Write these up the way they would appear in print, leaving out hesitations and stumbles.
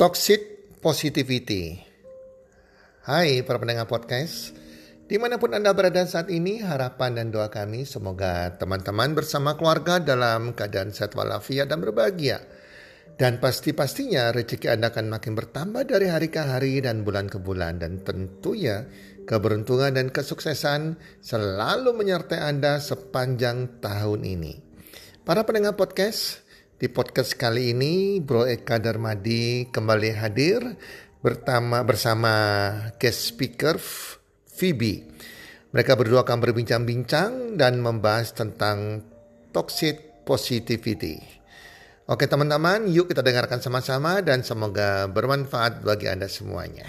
Toxic Positivity. Hai para pendengar podcast, dimanapun Anda berada saat ini, harapan dan doa kami semoga teman-teman bersama keluarga dalam keadaan sehat walafiat dan berbahagia. Dan pastinya rezeki Anda akan makin bertambah dari hari ke hari dan bulan ke bulan. Dan tentunya keberuntungan dan kesuksesan selalu menyertai Anda sepanjang tahun ini. Para pendengar podcast, di podcast kali ini Bro Eka Darmadi kembali hadir bersama guest speaker Phoebe. Mereka berdua akan berbincang-bincang dan membahas tentang toxic positivity. Oke teman-teman, yuk kita dengarkan sama-sama dan semoga bermanfaat bagi Anda semuanya.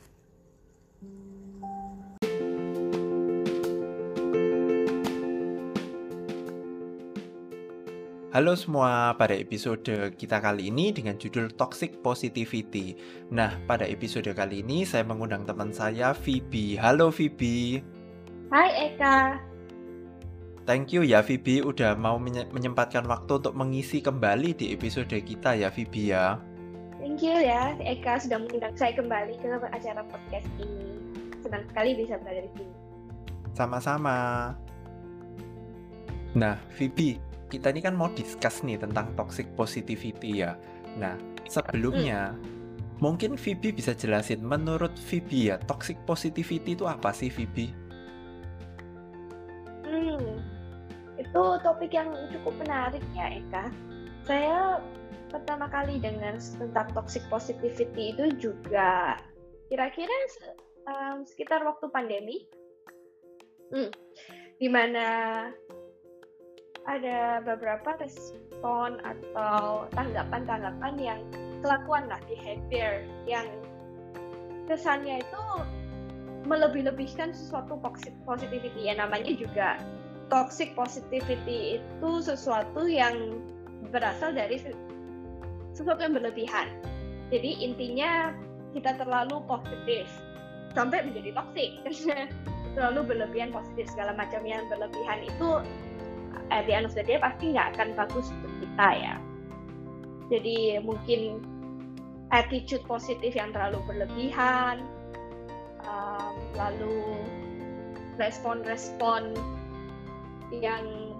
Halo semua, pada episode kita kali ini dengan judul Toxic Positivity. Nah, pada episode kali ini saya mengundang teman saya, Phoebe. Halo Phoebe. Hai Eka. Thank you ya Phoebe, udah mau menyempatkan waktu untuk mengisi kembali di episode kita ya Phoebe ya. Thank you ya Eka sudah mengundang saya kembali ke acara podcast ini. Senang sekali bisa berada di sini. Sama-sama. Nah, Phoebe, kita ini kan mau discuss nih tentang toxic positivity ya. Nah, sebelumnya mungkin Phoebe bisa jelasin menurut Phoebe ya, toxic positivity itu apa sih Phoebe? Itu topik yang cukup menarik ya Eka. Saya pertama kali dengar tentang toxic positivity itu juga kira-kira sekitar waktu pandemi, di mana ada beberapa respon atau tanggapan-tanggapan yang kelakuan lah, behavior yang kesannya itu melebih-lebihkan sesuatu toxic positivity. Ya namanya juga toxic positivity itu sesuatu yang berasal dari sesuatu yang berlebihan. Jadi intinya kita terlalu positif sampai menjadi toxic karena terlalu berlebihan positif, segala macam yang berlebihan itu at the end of the day pasti nggak akan bagus untuk kita ya. Jadi mungkin attitude positif yang terlalu berlebihan, lalu respon-respon yang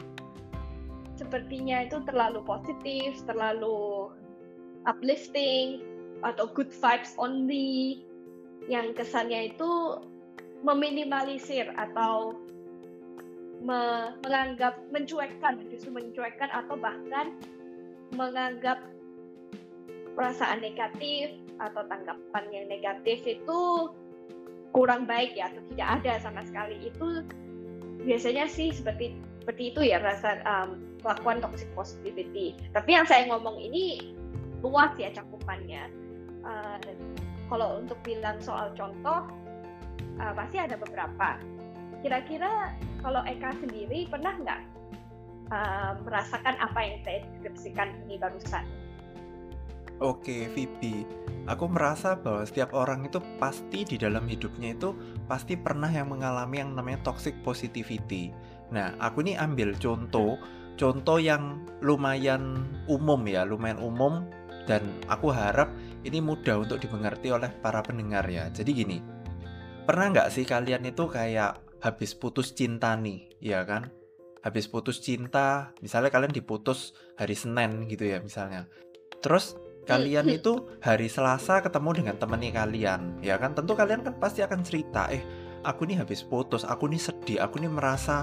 sepertinya itu terlalu positif, terlalu uplifting atau good vibes only, yang kesannya itu meminimalisir atau menganggap justru mencuekkan atau bahkan menganggap perasaan negatif atau tanggapan yang negatif itu kurang baik ya, atau tidak ada sama sekali. Itu biasanya sih seperti itu ya rasa kelakuan toxic positivity. Tapi yang saya ngomong ini luas ya cakupannya. Kalau untuk bilang soal contoh, pasti ada beberapa. Kira-kira kalau Eka sendiri pernah nggak merasakan apa yang saya deskripsikan ini barusan? Oke, Phoebe. Aku merasa bahwa setiap orang itu pasti di dalam hidupnya itu pasti pernah yang mengalami yang namanya toxic positivity. Nah, aku ini ambil contoh yang lumayan umum dan aku harap ini mudah untuk dimengerti oleh para pendengar ya. Jadi gini, pernah nggak sih kalian itu kayak habis putus cinta nih, ya kan? Habis putus cinta, misalnya kalian diputus hari Senin gitu ya misalnya. Terus kalian itu hari Selasa ketemu dengan temannya kalian, ya kan? Tentu kalian kan pasti akan cerita, aku nih habis putus, aku nih sedih, aku nih merasa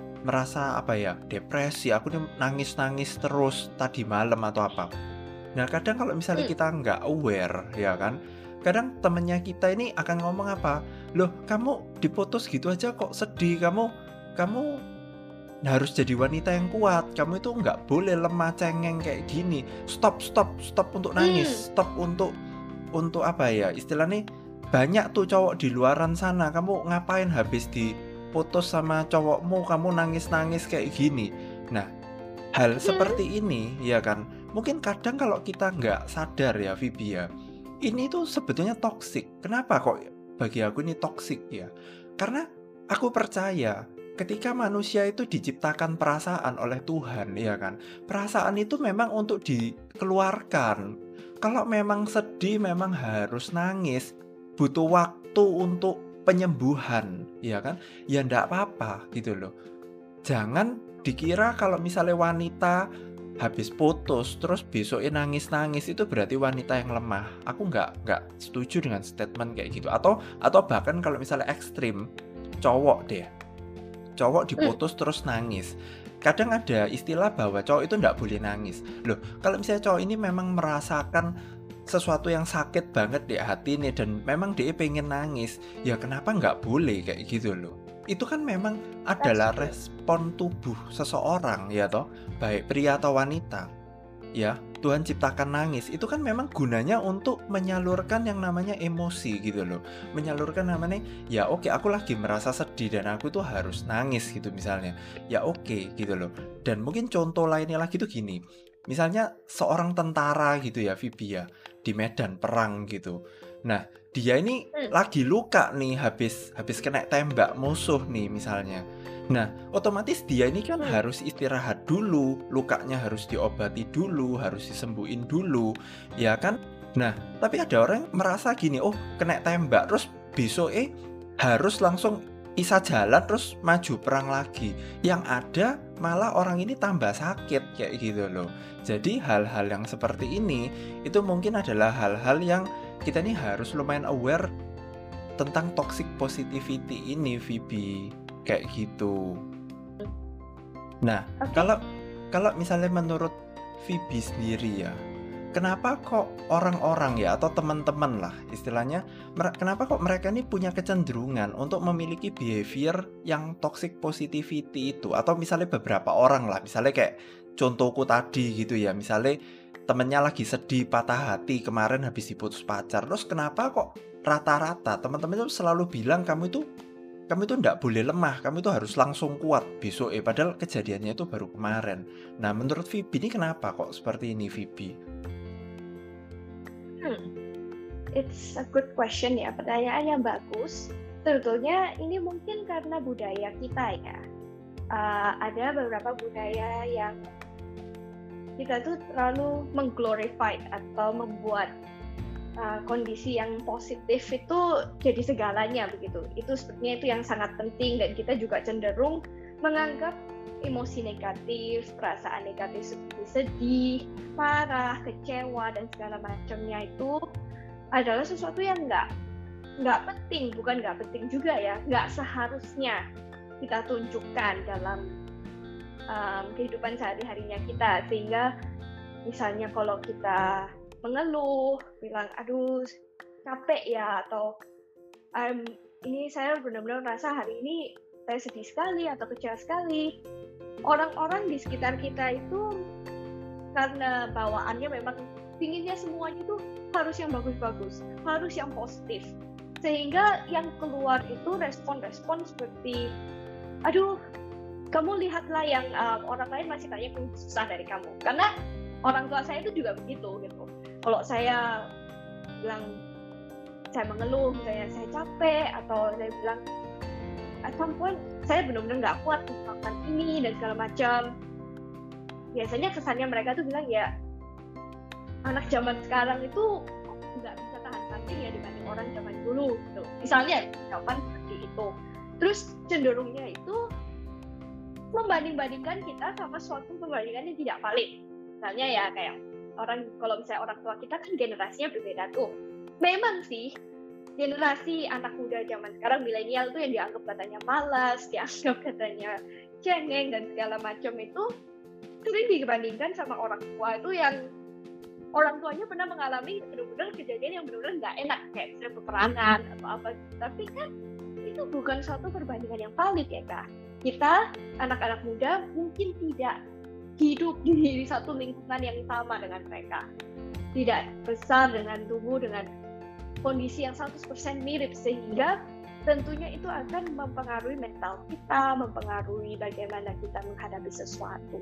depresi, aku nih nangis terus tadi malam atau apa. Nah kadang kalau misalnya kita nggak aware, ya kan? Kadang temennya kita ini akan ngomong apa? Loh, kamu diputus gitu aja kok sedih, kamu harus jadi wanita yang kuat, kamu itu nggak boleh lemah cengeng kayak gini. Stop untuk nangis, stop untuk apa ya, istilahnya banyak tuh cowok di luaran sana, kamu ngapain habis diputus sama cowokmu, kamu nangis kayak gini. Nah, hal seperti ini ya kan, mungkin kadang kalau kita nggak sadar ya Phoebe ya, ini tuh sebetulnya toksik. Kenapa kok bagi aku ini toksik ya? Karena aku percaya ketika manusia itu diciptakan perasaan oleh Tuhan, ya kan? Perasaan itu memang untuk dikeluarkan. kalau memang sedih memang harus nangis, butuh waktu untuk penyembuhan, ya kan? Ya ndak apa-apa gitu loh. Jangan dikira kalau misalnya wanita habis putus terus besoknya nangis-nangis itu berarti wanita yang lemah. Aku nggak setuju dengan statement kayak gitu. Atau bahkan kalau misalnya ekstrim, cowok diputus terus nangis. Kadang ada istilah bahwa cowok itu nggak boleh nangis. Loh, kalau misalnya cowok ini memang merasakan sesuatu yang sakit banget di hati nih dan memang dia pengen nangis, ya kenapa nggak boleh kayak gitu loh. Itu kan memang adalah respon tubuh seseorang ya toh, baik pria atau wanita. Ya, Tuhan ciptakan nangis. Itu kan memang gunanya untuk menyalurkan yang namanya emosi gitu loh. Menyalurkan namanya, ya oke, aku lagi merasa sedih dan aku tuh harus nangis gitu misalnya. Ya oke gitu loh. Dan mungkin contoh lainnya lagi tuh gini. Misalnya seorang tentara gitu ya, Vibi ya, di medan perang gitu. Nah, dia ini lagi luka nih habis kena tembak musuh nih misalnya. Nah, otomatis dia ini kan harus istirahat dulu, lukanya harus diobati dulu, harus disembuhin dulu, ya kan? Nah, tapi ada orang yang merasa gini, oh kena tembak, terus besok harus langsung bisa jalan terus maju perang lagi. Yang ada malah orang ini tambah sakit kayak gitu loh. Jadi hal-hal yang seperti ini itu mungkin adalah hal-hal yang kita nih harus lumayan aware tentang toxic positivity ini, Vibi. Kayak gitu. Nah, kalau misalnya menurut Vibi sendiri ya, kenapa kok orang-orang ya atau teman-teman lah istilahnya, kenapa kok mereka ini punya kecenderungan untuk memiliki behavior yang toxic positivity itu? Atau misalnya beberapa orang lah, misalnya kayak contohku tadi gitu ya, misalnya temennya lagi sedih, patah hati kemarin habis diputus pacar, terus kenapa kok rata-rata teman-teman itu selalu bilang kamu itu nggak boleh lemah, kamu itu harus langsung kuat besok padahal kejadiannya itu baru kemarin. Nah, menurut Vibi ini kenapa kok seperti ini, Vibi? It's a good question ya, pertanyaan yang bagus. Sebetulnya ini mungkin karena budaya kita ya. Ada beberapa budaya yang kita tuh terlalu mengglorify atau membuat kondisi yang positif itu jadi segalanya begitu. Itu sepertinya itu yang sangat penting dan kita juga cenderung menganggap emosi negatif, perasaan negatif seperti sedih, marah, kecewa dan segala macamnya itu adalah sesuatu yang nggak penting, bukan nggak penting juga ya, nggak seharusnya kita tunjukkan dalam kehidupan sehari-harinya kita. Sehingga misalnya kalau kita mengeluh, bilang aduh capek ya, atau ini saya benar-benar merasa hari ini saya sedih sekali atau kecewa sekali. Orang-orang di sekitar kita itu karena bawaannya memang pinginnya semuanya itu harus yang bagus-bagus, harus yang positif. Sehingga yang keluar itu respon-respon seperti aduh kamu lihatlah yang orang lain masih banyak yang susah dari kamu. Karena orang tua saya itu juga begitu gitu. Kalau saya bilang saya mengeluh, misalnya saya capek, atau saya bilang at some point saya benar-benar nggak kuat makan ini dan segala macam, biasanya kesannya mereka tuh bilang ya anak zaman sekarang itu nggak bisa tahan banting ya dibanding orang zaman dulu gitu. Misalnya jawaban seperti itu. Terus cenderungnya itu membanding-bandingkan kita sama suatu perbandingan yang tidak valid. Misalnya ya kayak kalau misalnya orang tua kita kan generasinya berbeda tuh. Memang sih generasi anak muda zaman sekarang milenial tuh yang dianggap katanya malas, dianggap katanya cengeng dan segala macam itu sering dibandingkan sama orang tua itu yang orang tuanya pernah mengalami benar-benar kejadian yang benar-benar nggak enak kayak misalnya peperangan atau apa. Tapi kan itu bukan suatu perbandingan yang valid ya Kak. Kita anak-anak muda mungkin tidak hidup di satu lingkungan yang sama dengan mereka, tidak besar dengan tubuh dengan kondisi yang 100% mirip, sehingga tentunya itu akan mempengaruhi mental kita, mempengaruhi bagaimana kita menghadapi sesuatu.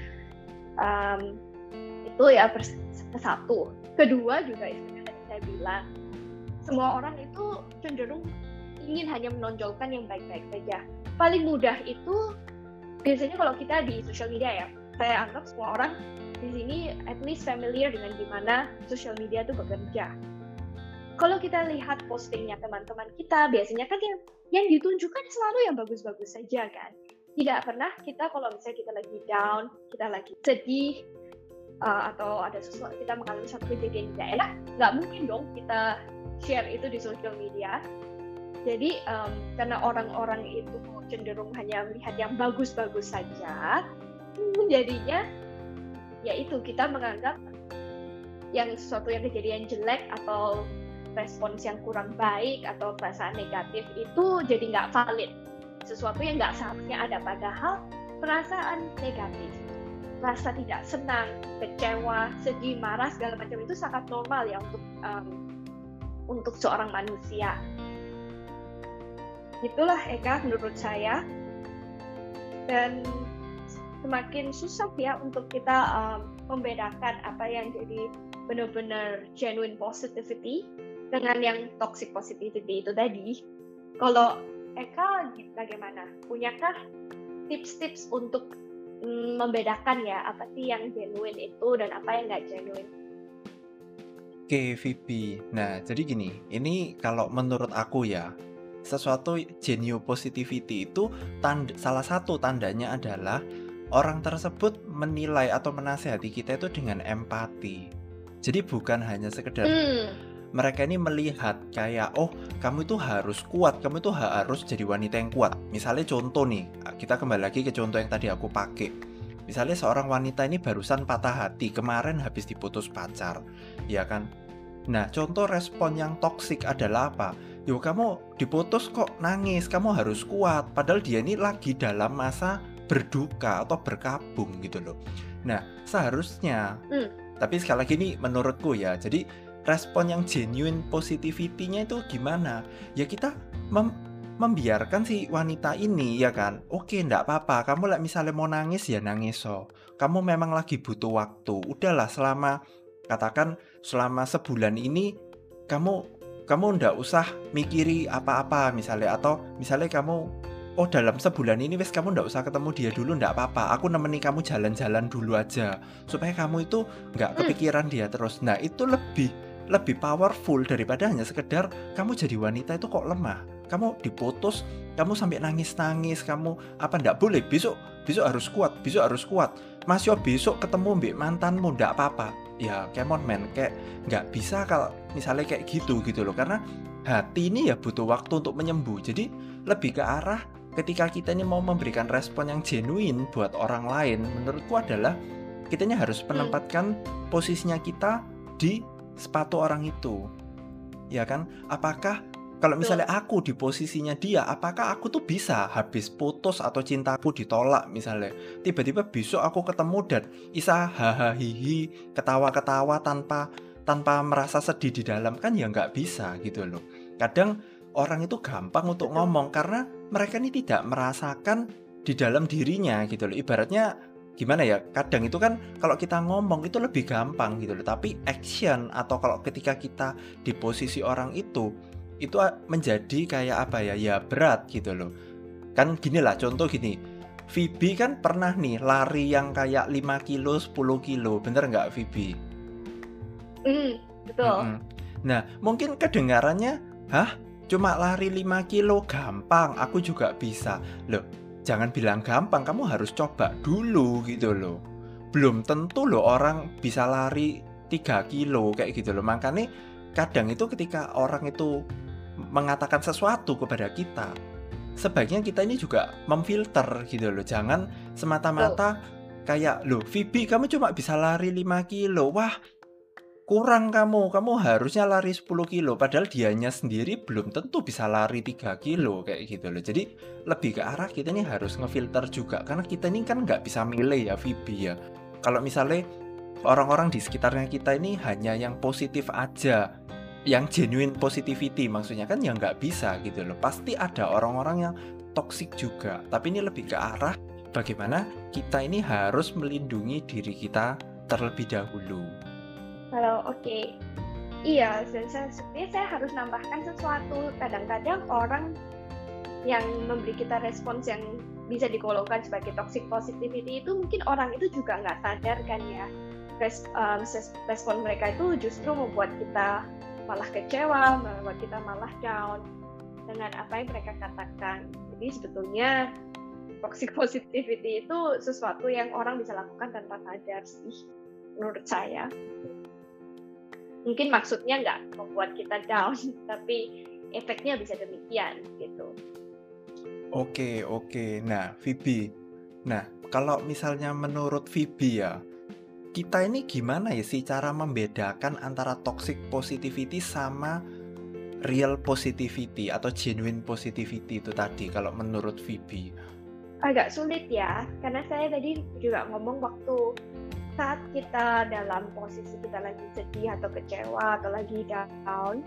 Itu ya satu. Kedua juga seperti yang saya bilang, semua orang itu cenderung ingin hanya menonjolkan yang baik-baik saja. Paling mudah itu biasanya kalau kita di sosial media ya, saya anggap semua orang di sini at least familiar dengan gimana social media itu bekerja. Kalau kita lihat postingnya teman-teman kita, biasanya kan yang ditunjukkan selalu yang bagus-bagus saja kan. Tidak pernah kita kalau misalnya kita lagi down, kita lagi sedih, atau ada sesuatu, kita mengalami satu kejadian tidak enak, nggak mungkin dong kita share itu di social media. Jadi karena orang-orang itu cenderung hanya melihat yang bagus-bagus saja, jadinya yaitu kita menganggap yang sesuatu yang kejadian jelek atau respons yang kurang baik atau perasaan negatif itu jadi nggak valid, sesuatu yang nggak seharusnya ada. Padahal perasaan negatif, rasa tidak senang, kecewa, sedih, marah, segala macam itu sangat normal ya untuk seorang manusia. Itulah Eka menurut saya. Dan semakin susah ya untuk kita membedakan apa yang jadi benar-benar genuine positivity dengan yang toxic positivity itu tadi. Kalau Eka bagaimana? Punyakah tips-tips untuk membedakan ya apa sih yang genuine itu dan apa yang nggak genuine? Oke, Vivi. Nah, jadi gini, ini kalau menurut aku ya, sesuatu genuine positivity itu salah satu tandanya adalah orang tersebut menilai atau menasehati kita itu dengan empati. Jadi bukan hanya sekedar mereka ini melihat kayak, oh kamu itu harus kuat, kamu itu harus jadi wanita yang kuat. Misalnya contoh nih, kita kembali lagi ke contoh yang tadi aku pakai. Misalnya seorang wanita ini barusan patah hati, kemarin habis diputus pacar, ya kan? Nah, contoh respon yang toksik adalah apa? Yo, kamu diputus kok nangis, kamu harus kuat. Padahal dia ini lagi dalam masa berduka atau berkabung gitu loh. Nah, seharusnya, tapi sekali lagi ini menurutku ya, jadi respon yang genuine positivity-nya itu gimana? Ya kita membiarkan si wanita ini ya kan. Oke, enggak apa-apa. Kamu misalnya mau nangis ya nangis so. Kamu memang lagi butuh waktu. Udahlah katakan selama sebulan ini kamu enggak usah mikiri apa-apa misalnya, atau misalnya kamu dalam sebulan ini wes kamu enggak usah ketemu dia dulu, enggak apa-apa. Aku nemeni kamu jalan-jalan dulu aja supaya kamu itu enggak kepikiran dia terus. Nah, itu lebih powerful daripada hanya sekedar kamu jadi wanita itu kok lemah, kamu diputus, kamu sampai nangis-nangis, kamu apa ndak boleh, besok harus kuat, Mas yo besok ketemu mbak mantanmu, ndak apa-apa. Ya come on man, kayak nggak bisa kalau misalnya kayak gitu loh, karena hati ini ya butuh waktu untuk menyembuh. Jadi lebih ke arah ketika kita ini mau memberikan respon yang genuine buat orang lain, menurutku adalah kita ini harus menempatkan posisinya kita di sepatu orang itu, ya kan? Apakah kalau misalnya aku di posisinya dia, apakah aku tuh bisa habis putus atau cintaku ditolak misalnya, tiba-tiba besok aku ketemu dan isa hahaha hihi ketawa-ketawa tanpa merasa sedih di dalam, kan ya nggak bisa gitu loh. Kadang orang itu gampang untuk ngomong karena mereka ini tidak merasakan di dalam dirinya gitu loh. Ibaratnya gimana ya, kadang itu kan kalau kita ngomong itu lebih gampang gitu loh, tapi action atau kalau ketika kita di posisi orang itu menjadi kayak apa ya berat gitu loh. Kan gini lah, contoh gini, Vivi kan pernah nih lari yang kayak 5 kilo, 10 kilo, bener nggak Vivi? Betul. Nah, mungkin kedengarannya, cuma lari 5 kilo gampang, aku juga bisa. Loh, jangan bilang gampang, kamu harus coba dulu gitu loh. Belum tentu loh orang bisa lari 3 kilo kayak gitu loh. Makanya kadang itu ketika orang itu mengatakan sesuatu kepada kita, sebaiknya kita ini juga memfilter gitu loh. Jangan semata-mata kayak, loh Vivi kamu cuma bisa lari 5 kilo, wah kurang kamu harusnya lari 10 kilo, padahal dianya sendiri belum tentu bisa lari 3 kilo kayak gitu loh. Jadi lebih ke arah kita ini harus ngefilter juga, karena kita ini kan nggak bisa milih ya Vivi ya. Kalau misalnya orang-orang di sekitarnya kita ini hanya yang positif aja, yang genuine positivity maksudnya, kan ya nggak bisa gitu loh. Pasti ada orang-orang yang toxic juga, tapi ini lebih ke arah bagaimana kita ini harus melindungi diri kita terlebih dahulu. Kalau oke. Iya, sebenarnya saya harus nambahkan sesuatu. Kadang-kadang orang yang memberi kita respons yang bisa digolongkan sebagai toxic positivity itu mungkin orang itu juga nggak sadar kan ya. Respon mereka itu justru membuat kita malah kecewa, membuat kita malah down dengan apa yang mereka katakan. Jadi sebetulnya toxic positivity itu sesuatu yang orang bisa lakukan tanpa sadar sih, menurut saya. Mungkin maksudnya nggak membuat kita down, tapi efeknya bisa demikian gitu. Oke. Nah, Vibi. Nah, kalau misalnya menurut Vibi ya, kita ini gimana ya sih cara membedakan antara toxic positivity sama real positivity atau genuine positivity itu tadi kalau menurut Vibi? Agak sulit ya, karena saya tadi juga ngomong waktu saat kita dalam posisi kita lagi sedih atau kecewa atau lagi down,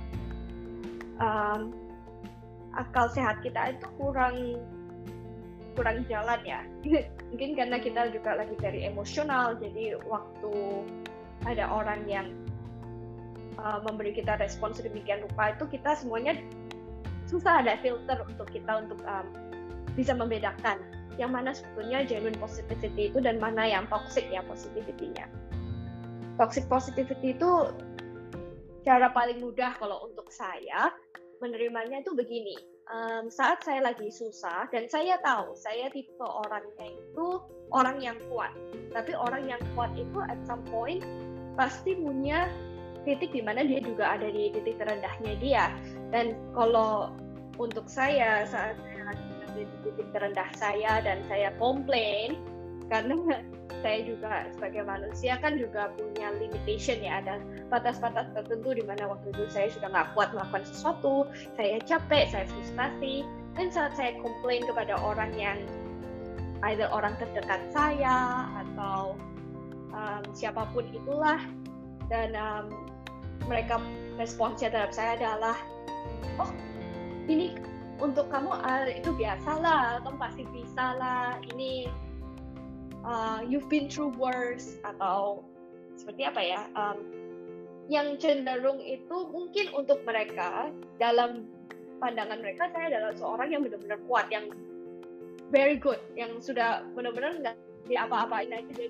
akal sehat kita itu kurang jalan ya. Mungkin karena kita juga lagi very emosional, jadi waktu ada orang yang memberi kita respon sedemikian rupa itu kita semuanya susah ada filter untuk kita untuk bisa membedakan yang mana sebetulnya genuine positivity itu dan mana yang toxic ya positivity-nya. Toxic positivity itu cara paling mudah kalau untuk saya menerimanya itu begini. Saat saya lagi susah dan saya tahu saya tipe orangnya itu orang yang kuat, tapi orang yang kuat itu at some point pasti punya titik di mana dia juga ada di titik terendahnya dia. Dan kalau untuk saya saat saya lagi di titik terendah saya dan saya komplain, karena saya juga sebagai manusia kan juga punya limitation ya, ada batas-batas tertentu di mana waktu itu saya sudah nggak kuat melakukan sesuatu, saya capek, saya frustasi, dan saat saya komplain kepada orang yang either orang terdekat saya atau siapapun itulah, dan mereka responsnya terhadap saya adalah, oh ini untuk kamu itu biasalah, kamu pasti bisa lah, ini you've been through worse, atau seperti apa ya, yang cenderung itu mungkin untuk mereka, dalam pandangan mereka saya adalah seorang yang benar-benar kuat, yang very good, yang sudah benar-benar nggak diapa-apain aja, dia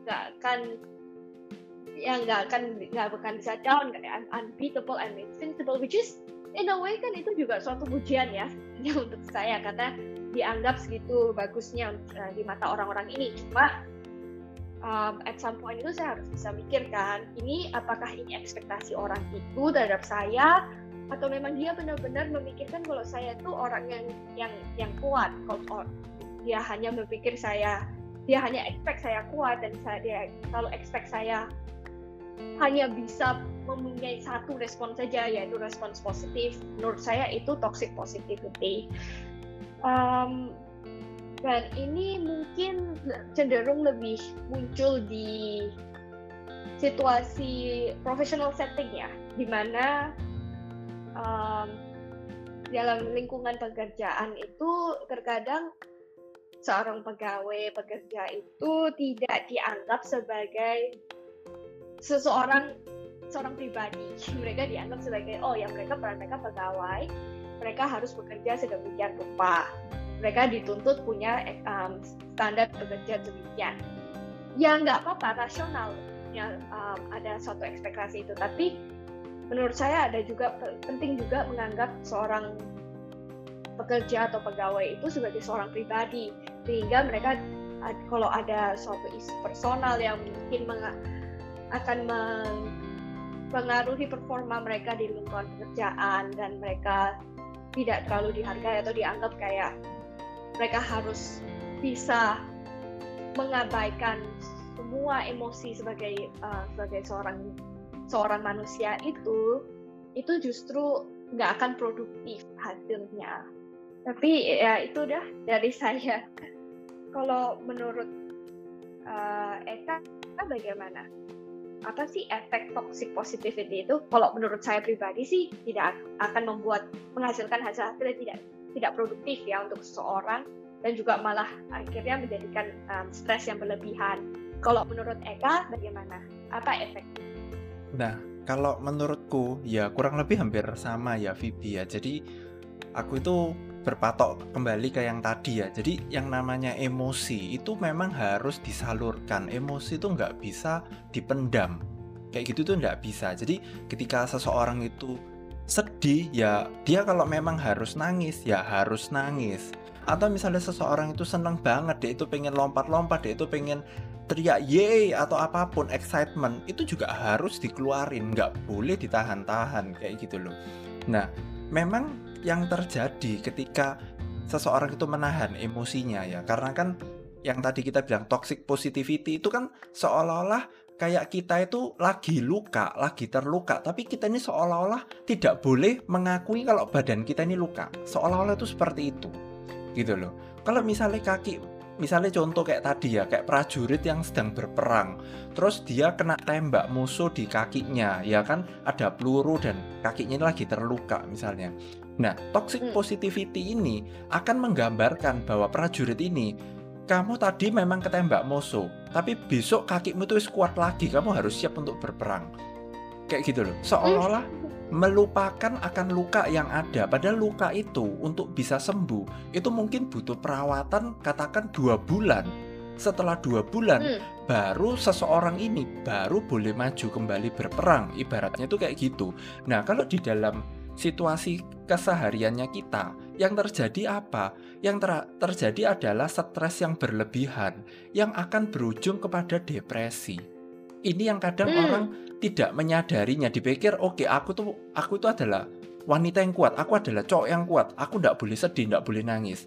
nggak akan bisa down, kayak unbeatable and invincible, which is in a way kan itu juga suatu pujian ya untuk saya, karena dianggap segitu bagusnya di mata orang-orang ini. Cuma at some point itu saya harus bisa mikirkan, ini apakah ini ekspektasi orang itu terhadap saya, atau memang dia benar-benar memikirkan kalau saya itu orang yang kuat. Kalau dia hanya berpikir dia hanya expect saya kuat, dan dia selalu expect saya hanya bisa mempunyai satu respon saja, yaitu respons positif. Menurut saya itu toxic positivity. Dan ini mungkin cenderung lebih muncul di situasi professional setting ya, di mana dalam lingkungan pekerjaan itu terkadang seorang pekerja itu tidak dianggap sebagai seorang pribadi. Mereka dianggap sebagai peran mereka pegawai, mereka harus bekerja sedemikian rupa, mereka dituntut punya standar bekerja demikian. Ya nggak apa-apa, rasional ya, ada suatu ekspektasi itu, tapi menurut saya ada juga penting juga menganggap seorang pekerja atau pegawai itu sebagai seorang pribadi, sehingga mereka kalau ada suatu isu personal yang mungkin akan mengaruhi performa mereka di lingkungan pekerjaan, dan mereka tidak terlalu dihargai atau dianggap kayak mereka harus bisa mengabaikan semua emosi sebagai seorang manusia, itu justru nggak akan produktif hasilnya. Tapi ya itu udah dari saya. Kalau menurut Eka bagaimana? Apa sih efek toxic positivity itu? Kalau menurut saya pribadi sih tidak akan menghasilkan hasil-hasil yang tidak produktif ya untuk seseorang, dan juga malah akhirnya menjadikan stres yang berlebihan. Kalau menurut Eka bagaimana? Apa efeknya? Nah, kalau menurutku ya kurang lebih hampir sama ya Vibi ya. Jadi aku itu berpatok kembali ke yang tadi ya. Jadi yang namanya emosi itu memang harus disalurkan. Emosi itu nggak bisa dipendam. Kayak gitu tuh nggak bisa. Jadi ketika seseorang itu sedih, ya dia kalau memang harus nangis, ya harus nangis. Atau misalnya seseorang itu seneng banget, dia itu pengen lompat-lompat, dia itu pengen teriak yeay atau apapun, excitement, itu juga harus dikeluarin, nggak boleh ditahan-tahan kayak gitu loh. Nah, memang yang terjadi ketika seseorang itu menahan emosinya ya, karena kan yang tadi kita bilang toxic positivity itu kan seolah-olah kayak kita itu lagi luka, lagi terluka, tapi kita ini seolah-olah tidak boleh mengakui kalau badan kita ini luka, seolah-olah itu seperti itu gitu loh. Kalau misalnya misalnya contoh kayak tadi ya, kayak prajurit yang sedang berperang, terus dia kena tembak musuh di kakinya, ya kan ada peluru dan kakinya ini lagi terluka misalnya. Nah, toxic positivity ini akan menggambarkan bahwa prajurit ini, kamu tadi memang ketembak musuh, tapi besok kakimu itu kuat lagi, kamu harus siap untuk berperang. Kayak gitu loh, seolah-olah melupakan akan luka yang ada. Padahal luka itu untuk bisa sembuh itu mungkin butuh perawatan katakan 2 bulan. Setelah 2 bulan baru seseorang ini baru boleh maju kembali berperang. Ibaratnya itu kayak gitu. Nah, kalau di dalam situasi kesehariannya kita, yang terjadi apa? Yang terjadi adalah stres yang berlebihan yang akan berujung kepada depresi. Ini yang kadang orang tidak menyadarinya, dipikir oke, aku itu adalah wanita yang kuat, aku adalah cowok yang kuat, aku tidak boleh sedih, tidak boleh nangis.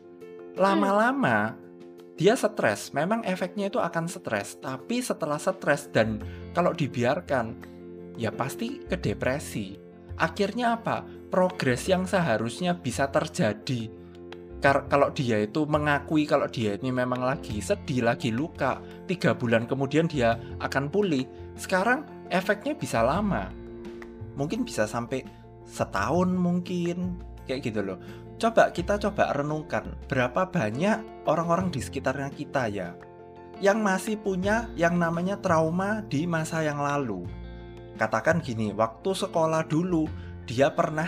Lama-lama dia stres, memang efeknya itu akan stres, tapi setelah stres dan kalau dibiarkan ya pasti ke depresi. Akhirnya apa? Progres yang seharusnya bisa terjadi kalau dia itu mengakui kalau dia ini memang lagi sedih, lagi luka, 3 bulan kemudian dia akan pulih. Sekarang efeknya bisa lama, mungkin bisa sampai setahun mungkin, kayak gitu loh. Kita coba renungkan, berapa banyak orang-orang di sekitarnya kita ya yang masih punya yang namanya trauma di masa yang lalu. Katakan gini, waktu sekolah dulu dia pernah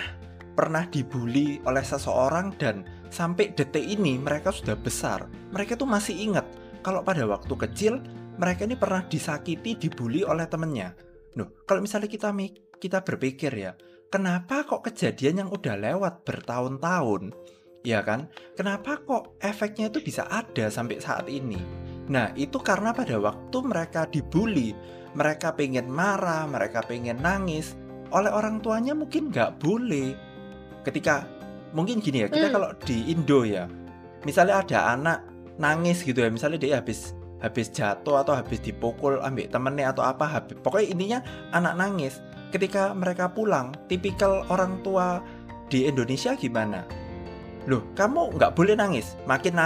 dibully oleh seseorang dan sampai detik ini mereka sudah besar, mereka tuh masih ingat kalau pada waktu kecil mereka ini pernah disakiti, dibully oleh temennya. Kalau misalnya kita berpikir ya, kenapa kok kejadian yang udah lewat bertahun-tahun, ya kan? Kenapa kok efeknya itu bisa ada sampai saat ini? Nah, itu karena pada waktu mereka dibully, mereka pengen marah, mereka pengen nangis, oleh orang tuanya mungkin nggak boleh. Ketika mungkin gini ya, kita kalau di Indo ya, misalnya ada anak nangis gitu ya, misalnya dia habis jatuh atau habis dipukul ambek temennya atau apa, pokoknya intinya anak nangis. Ketika mereka pulang, tipikal orang tua di Indonesia gimana? Loh, kamu nggak boleh nangis, makin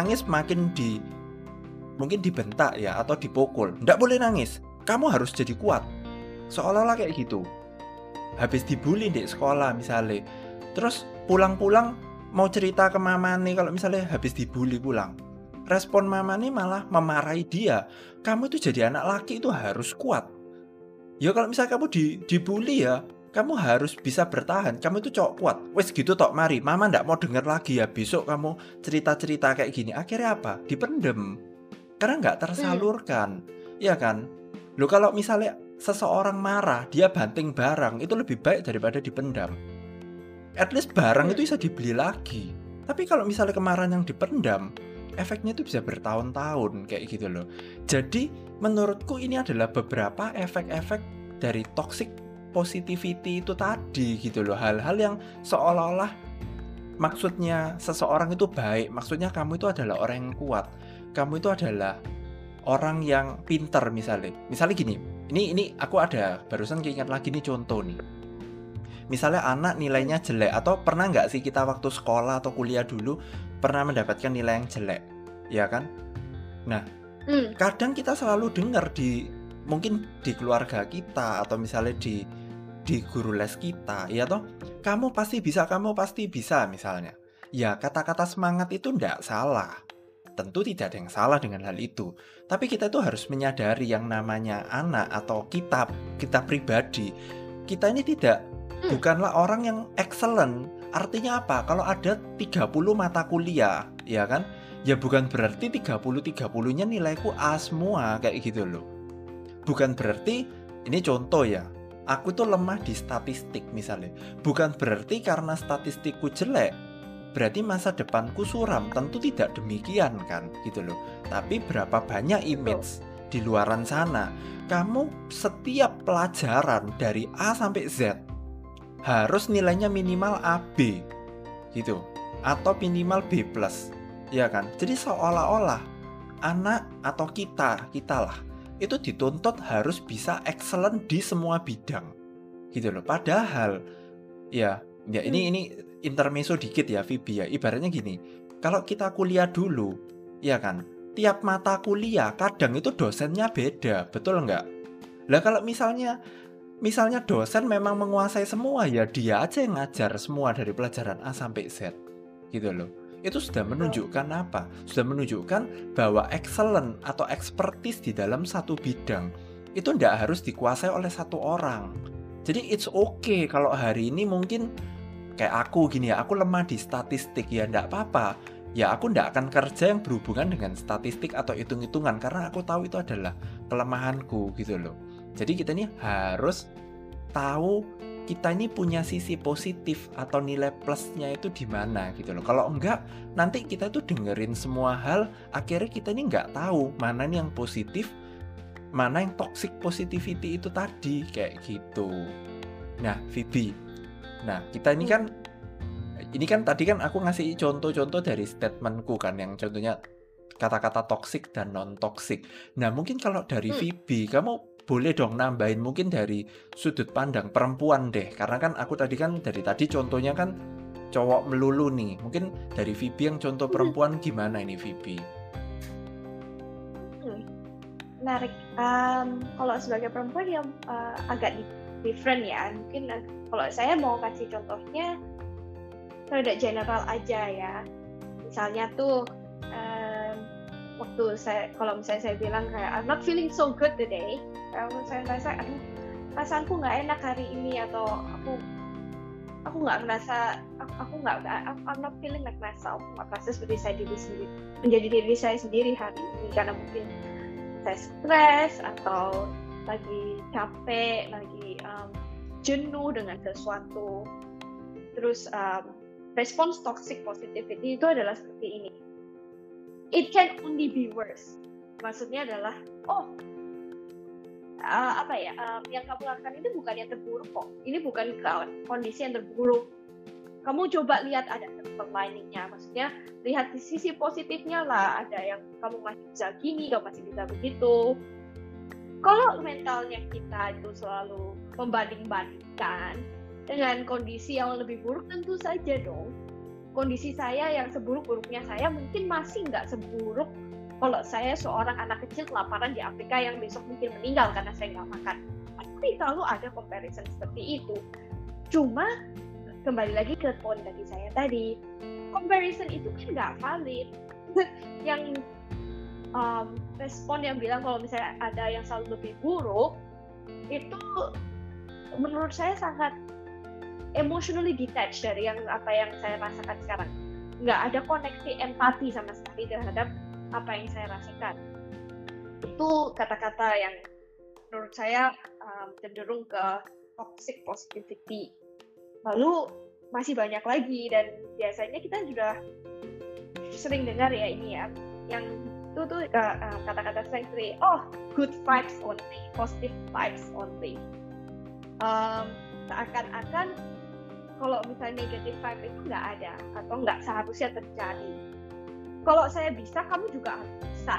mungkin dibentak ya atau dipukul, nggak boleh nangis, kamu harus jadi kuat, seolah-olah kayak gitu. Habis dibully di sekolah misalnya, terus pulang-pulang mau cerita ke mama nih, kalau misalnya habis dibully pulang, respon mama nih malah memarahi dia. Kamu itu jadi anak laki itu harus kuat. Ya kalau misalnya kamu dibully ya, kamu harus bisa bertahan. Kamu itu cowok kuat. Wes gitu tok, mari. Mama ndak mau denger lagi ya besok kamu cerita-cerita kayak gini. Akhirnya apa? Dipendem. Karena nggak tersalurkan. Ya kan? Loh, kalau misalnya seseorang marah, dia banting barang, itu lebih baik daripada dipendam. At least barang itu bisa dibeli lagi. Tapi kalau misalnya kemarahan yang dipendam, efeknya itu bisa bertahun-tahun kayak gitu loh. Jadi menurutku ini adalah beberapa efek-efek dari toxic positivity itu tadi gitu loh. Hal-hal yang seolah-olah maksudnya seseorang itu baik, maksudnya kamu itu adalah orang yang kuat, kamu itu adalah orang yang pintar misalnya. Misalnya gini, ini aku ada barusan keinget lagi nih contoh nih. Misalnya anak nilainya jelek, atau pernah nggak sih kita waktu sekolah atau kuliah dulu pernah mendapatkan nilai yang jelek, ya kan? Nah, kadang kita selalu dengar mungkin di keluarga kita atau misalnya di guru les kita, ya toh, kamu pasti bisa misalnya. Ya, kata-kata semangat itu nggak salah. Tentu tidak ada yang salah dengan hal itu. Tapi kita itu harus menyadari yang namanya anak atau kita pribadi. Kita ini bukanlah orang yang excellent, Artinya apa? Kalau ada 30 mata kuliah, ya kan? Ya bukan berarti 30-30-nya nilaiku A semua kayak gitu loh. Bukan berarti, ini contoh ya, aku tuh lemah di statistik misalnya. Bukan berarti karena statistikku jelek, berarti masa depanku suram. Tentu tidak demikian kan, gitu loh. Tapi berapa banyak image di luaran sana, kamu setiap pelajaran dari A sampai Z harus nilainya minimal AB, gitu. Atau minimal B+, ya kan? Jadi seolah-olah anak atau kita lah, itu dituntut harus bisa excellent di semua bidang, gitu loh. Padahal ya ini intermezzo dikit ya Vibi ya. Ibaratnya gini, kalau kita kuliah dulu, ya kan, tiap mata kuliah kadang itu dosennya beda, betul nggak? Lah kalau misalnya dosen memang menguasai semua, ya dia aja yang ngajar semua dari pelajaran A sampai Z, gitu loh. Itu sudah menunjukkan apa? Sudah menunjukkan bahwa excellent atau expertise di dalam satu bidang itu tidak harus dikuasai oleh satu orang. Jadi it's okay kalau hari ini mungkin kayak aku gini ya, aku lemah di statistik, ya tidak apa-apa. Ya aku tidak akan kerja yang berhubungan dengan statistik atau hitung-hitungan karena aku tahu itu adalah kelemahanku, gitu loh. Jadi kita ini harus tahu kita ini punya sisi positif atau nilai plusnya itu di mana, gitu loh. Kalau enggak, nanti kita tuh dengerin semua hal, akhirnya kita ini nggak tahu mana nih yang positif, mana yang toxic positivity itu tadi, kayak gitu. Nah, Vibi, nah kita ini kan tadi kan aku ngasih contoh-contoh dari statementku kan, yang contohnya kata-kata toxic dan non-toxic. Nah, mungkin kalau dari Vibi, kamu boleh dong nambahin mungkin dari sudut pandang perempuan deh. Karena kan aku dari tadi contohnya kan cowok melulu nih. Mungkin dari Vibi yang contoh perempuan gimana ini Vibi? Menarik. Kalau sebagai perempuan yang agak different ya. Mungkin kalau saya mau kasih contohnya rada general aja ya. Misalnya tuh waktu kalau misalnya saya bilang kayak I'm not feeling so good today, kalau saya merasa perasaanku nggak enak hari ini, atau aku nggak merasa I'm not feeling like myself, nggak merasa seperti menjadi diri saya sendiri hari ini karena mungkin saya stres atau lagi capek, lagi jenuh dengan sesuatu. Terus respons toxic positivity itu adalah seperti ini. It can only be worse. Maksudnya adalah, yang kamu lakukan itu bukan yang terburuk kok. Ini bukan kondisi yang terburuk. Kamu coba lihat ada silver lining-nya. Maksudnya lihat di sisi positifnya lah. Ada yang kamu masih bisa gini, kamu masih bisa begitu. Kalau mentalnya kita itu selalu membanding-bandingkan dengan kondisi yang lebih buruk, tentu saja dong. Kondisi saya yang seburuk-buruknya saya mungkin masih nggak seburuk kalau saya seorang anak kecil kelaparan di Afrika yang besok mungkin meninggal karena saya nggak makan. Tapi selalu ada comparison seperti itu. Cuma kembali lagi ke poin tadi saya tadi, comparison itu kan nggak valid. Yang respon yang bilang kalau misalnya ada yang selalu lebih buruk, itu menurut saya sangat emotionally detached dari apa yang saya rasakan sekarang. Nggak ada koneksi empati sama sekali terhadap apa yang saya rasakan. Itu kata-kata yang menurut saya cenderung ke toxic positivity. Lalu masih banyak lagi, dan biasanya kita sudah sering dengar ya ini ya, yang itu tuh kata-kata seperti good vibes only, positive vibes only. Seakan-akan kalau misalnya negative vibe itu nggak ada atau nggak seharusnya terjadi. Kalau saya bisa, kamu juga harus bisa.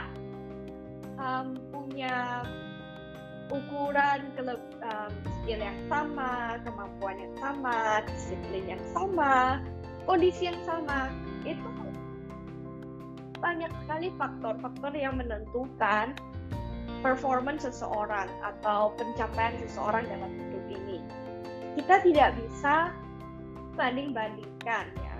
Punya ukuran skill yang sama, kemampuan yang sama, disiplin yang sama, kondisi yang sama. Itu banyak sekali faktor-faktor yang menentukan performance seseorang atau pencapaian seseorang dalam hidup ini. Kita tidak bisa banding-bandingkan ya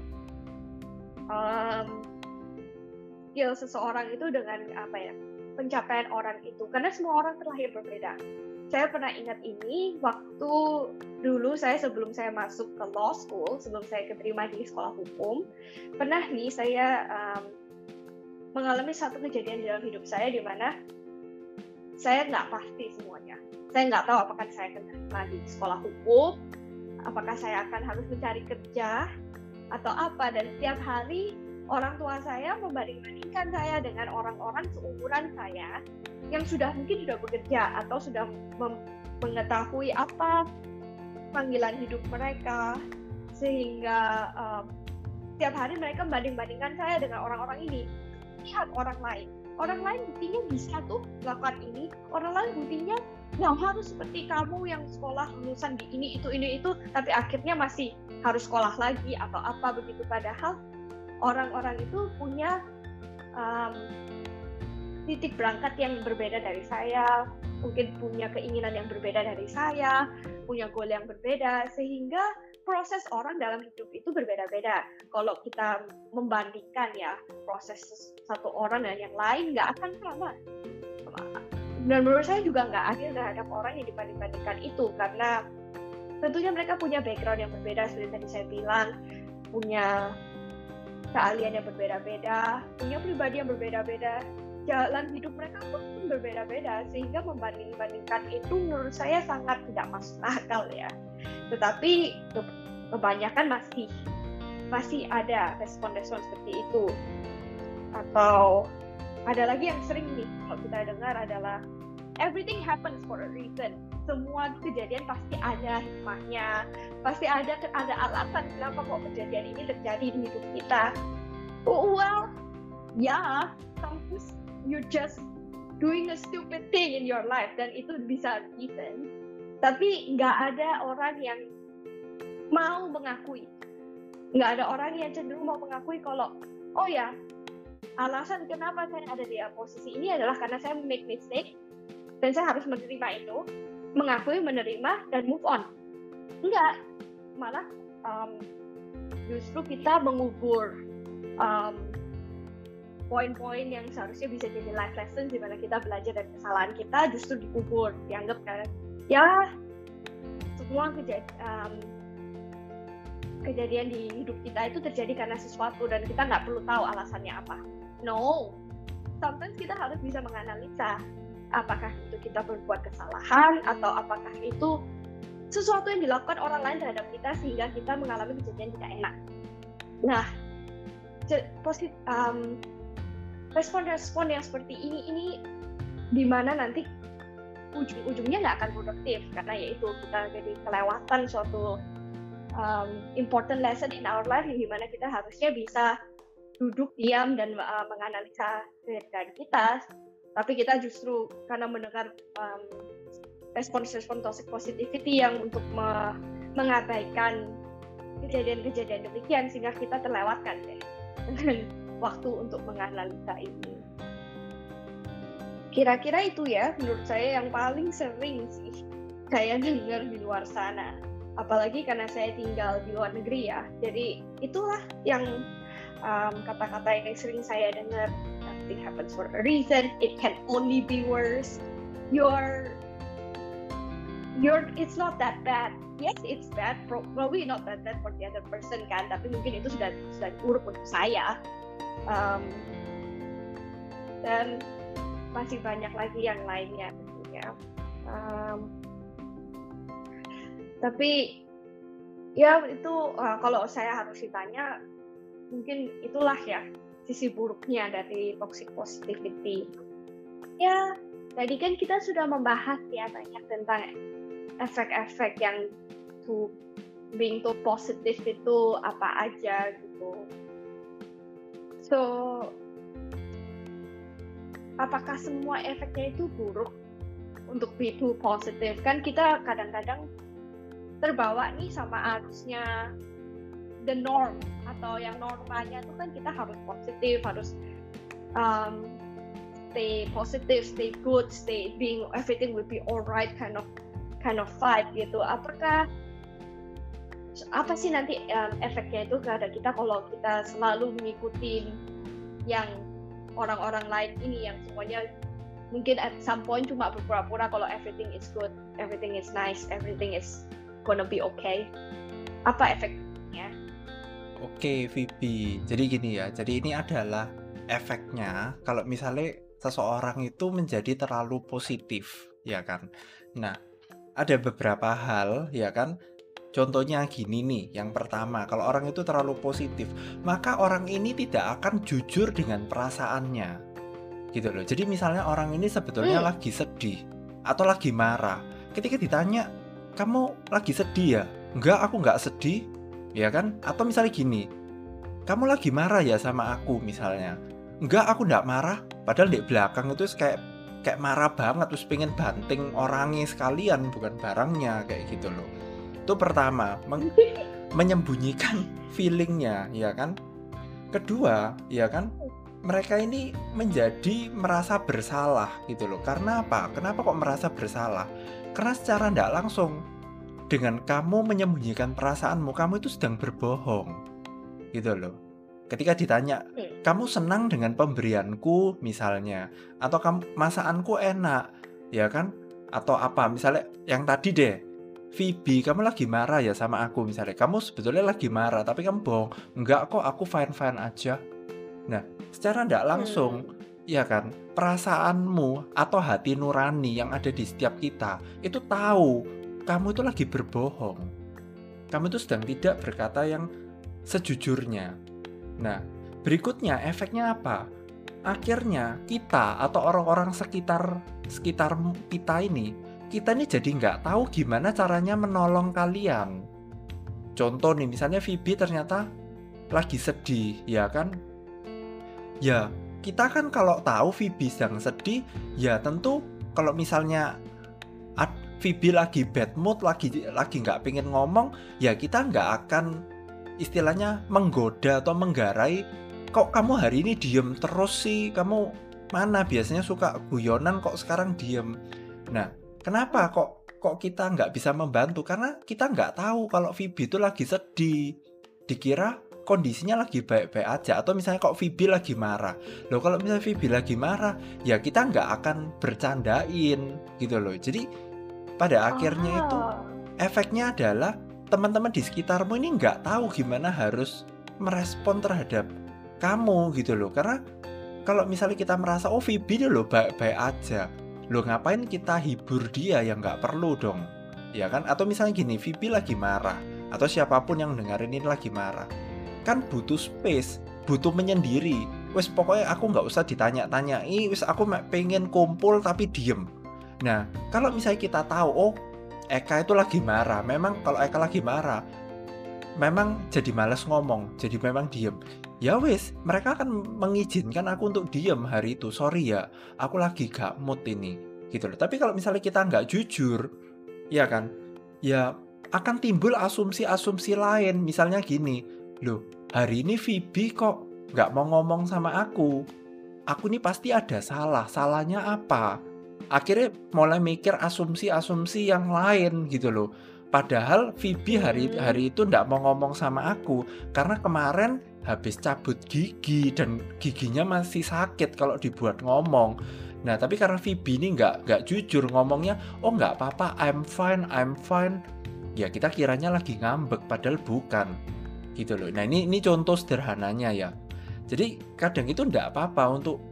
skill seseorang itu dengan pencapaian orang itu, karena semua orang terlahir berbeda. saya pernah ingat ini waktu dulu sebelum saya masuk ke law school, sebelum saya keterima di sekolah hukum, pernah nih saya mengalami satu kejadian di dalam hidup saya di mana saya nggak pasti semuanya. Saya nggak tahu apakah saya akan keterima di sekolah hukum, apakah saya akan harus mencari kerja atau apa, dan setiap hari orang tua saya membanding-bandingkan saya dengan orang-orang seumuran saya yang mungkin sudah bekerja atau sudah mengetahui apa panggilan hidup mereka, sehingga setiap hari mereka membanding-bandingkan saya dengan orang-orang ini. Lihat orang lain buktinya bisa tuh melakukan ini, orang lain buktinya nggak harus seperti kamu yang sekolah lulusan di ini itu, tapi akhirnya masih harus sekolah lagi atau apa begitu. Padahal orang-orang itu punya titik berangkat yang berbeda dari saya, mungkin punya keinginan yang berbeda dari saya, punya goal yang berbeda, sehingga proses orang dalam hidup itu berbeda-beda. Kalau kita membandingkan ya proses satu orang dan yang lain nggak akan sama. Dan menurut saya juga nggak adil terhadap orang yang dibanding-bandingkan itu, karena tentunya mereka punya background yang berbeda, seperti tadi saya bilang, punya keahlian yang berbeda-beda, punya pribadi yang berbeda-beda, jalan hidup mereka pun berbeda-beda, sehingga membanding-bandingkan itu menurut saya sangat tidak masuk akal ya. Tetapi kebanyakan masih ada respon-respon seperti itu. Atau ada lagi yang sering nih kalau kita dengar adalah everything happens for a reason. Semua kejadian pasti ada hikmahnya, pasti ada alasan kenapa kok kejadian ini terjadi di hidup kita. Well, yeah, sometimes you're just doing a stupid thing in your life, dan itu bisa reason. Tapi nggak ada orang yang mau mengakui. Nggak ada orang yang cenderung mau mengakui kalau, oh ya, alasan kenapa saya ada di posisi ini adalah karena saya make mistake, dan saya harus menerima itu, mengakui, menerima, dan move on. Enggak, malah justru kita mengubur poin-poin yang seharusnya bisa jadi life lesson di mana kita belajar dari kesalahan kita, justru dikubur, dianggap kan ya semua kejadian di hidup kita itu terjadi karena sesuatu dan kita nggak perlu tahu alasannya apa. No, sometimes kita harus bisa menganalisa apakah itu kita berbuat kesalahan atau apakah itu sesuatu yang dilakukan orang lain terhadap kita sehingga kita mengalami kejadian tidak enak. Nah, respon-respon yang seperti ini di mana nanti ujung-ujungnya nggak akan produktif, karena yaitu kita jadi kelewatan suatu important lesson in our life, di mana kita harusnya bisa duduk diam dan menganalisa keadaan kita, tapi kita justru karena mendengar respon-respon toxic positivity yang untuk mengabaikan kejadian-kejadian demikian, sehingga kita terlewatkan deh dengan waktu untuk menganalisa ini. Kira-kira itu ya menurut saya yang paling sering sih saya dengar di luar sana. Apalagi karena saya tinggal di luar negeri ya. Jadi itulah yang kata-kata yang sering saya dengar. Nothing happens for a reason. It can only be worse. It's not that bad. Yes, it's bad. Probably not that bad for the other person kan. Tapi mungkin itu sudah buruk untuk saya. Dan masih banyak lagi yang lainnya tentunya. Tapi ya itu kalau saya harus ditanya, mungkin itulah ya sisi buruknya dari toxic positivity. Ya, tadi kan kita sudah membahas ya banyak tentang efek-efek yang being too positive itu apa aja gitu. So, apakah semua efeknya itu buruk untuk be too positive? Kan kita kadang-kadang terbawa nih sama arusnya the norm atau yang normalnya itu kan kita harus positif, harus stay positive, stay good, stay being everything will be alright kind of vibe gitu. Apa sih nanti efeknya itu kepada kita kalau kita selalu mengikuti yang orang-orang lain ini yang semuanya mungkin at some point cuma berpura-pura kalau everything is good. everything is nice, everything is gonna be okay. Apa efeknya? Oke, Vibi. Jadi gini ya. Jadi ini adalah efeknya kalau misalnya seseorang itu menjadi terlalu positif, ya kan. Nah, ada beberapa hal, ya kan. Contohnya gini nih, yang pertama, kalau orang itu terlalu positif, maka orang ini tidak akan jujur dengan perasaannya, gitu loh. Jadi misalnya orang ini sebetulnya lagi sedih atau lagi marah. Ketika ditanya, kamu lagi sedih ya? Enggak, aku nggak sedih, ya kan? Atau misalnya gini, kamu lagi marah ya sama aku misalnya? Enggak, aku nggak marah. Padahal di belakang itu kayak marah banget, terus pengen banting orangnya sekalian, bukan barangnya, kayak gitu loh. Itu pertama, menyembunyikan feelingnya, ya kan. Kedua, ya kan, mereka ini menjadi merasa bersalah gitu loh. Karena apa? Kenapa kok merasa bersalah? Karena secara tidak langsung, dengan kamu menyembunyikan perasaanmu, kamu itu sedang berbohong gitu loh. Ketika ditanya, kamu senang dengan pemberianku misalnya, atau masakanku enak, ya kan, atau apa, misalnya yang tadi deh, Vibi, kamu lagi marah ya sama aku misalnya. Kamu sebetulnya lagi marah, tapi kamu bohong. Enggak kok, aku fine-fine aja. Nah, secara tidak langsung, ya kan, perasaanmu atau hati nurani yang ada di setiap kita, itu tahu kamu itu lagi berbohong. Kamu itu sedang tidak berkata yang sejujurnya. Nah, berikutnya efeknya apa? Akhirnya kita atau orang-orang sekitar kita ini jadi nggak tahu gimana caranya menolong kalian. Contoh nih, misalnya Vibi ternyata lagi sedih, ya kan? Ya, kita kan kalau tahu Vibi sedang sedih, ya tentu kalau misalnya Vibi lagi bad mood, lagi nggak pengen ngomong, ya kita nggak akan istilahnya menggoda atau menggarai. Kok kamu hari ini diem terus sih? Kamu mana biasanya suka guyonan, kok sekarang diem? Nah, kenapa kok kita nggak bisa membantu? Karena kita nggak tahu kalau Vibi itu lagi sedih. Dikira kondisinya lagi baik-baik aja. Atau misalnya kok Vibi lagi marah. Loh, kalau misalnya Vibi lagi marah, ya kita nggak akan bercandain gitu loh. Jadi pada akhirnya itu efeknya adalah teman-teman di sekitarmu ini nggak tahu gimana harus merespon terhadap kamu gitu loh. Karena kalau misalnya kita merasa, oh Vibi loh baik-baik aja, loh ngapain kita hibur dia, yang nggak perlu dong, ya kan? Atau misalnya gini, Vibi lagi marah, atau siapapun yang dengerin ini lagi marah, kan butuh space, butuh menyendiri. Wes pokoknya aku nggak usah ditanya-tanyai, wes aku pengen kumpul tapi diem. Nah, kalau misalnya kita tahu, oh Eka itu lagi marah, memang kalau Eka lagi marah, memang jadi malas ngomong, jadi memang diem. Ya wis, mereka akan mengizinkan aku untuk diem hari itu. Sorry ya, aku lagi gak mood ini, gitu loh. Tapi kalau misalnya kita nggak jujur, ya kan, ya akan timbul asumsi-asumsi lain. Misalnya gini, loh hari ini Vibi kok nggak mau ngomong sama aku ini pasti ada salahnya apa? Akhirnya mulai mikir asumsi-asumsi yang lain gitu loh. Padahal Vibi hari itu nggak mau ngomong sama aku karena kemarin habis cabut gigi dan giginya masih sakit kalau dibuat ngomong. Nah, tapi karena Vibi ini nggak jujur ngomongnya, oh nggak apa-apa, I'm fine. Ya kita kiranya lagi ngambek, padahal bukan, gitu loh. Nah ini contoh sederhananya ya. Jadi kadang itu nggak apa-apa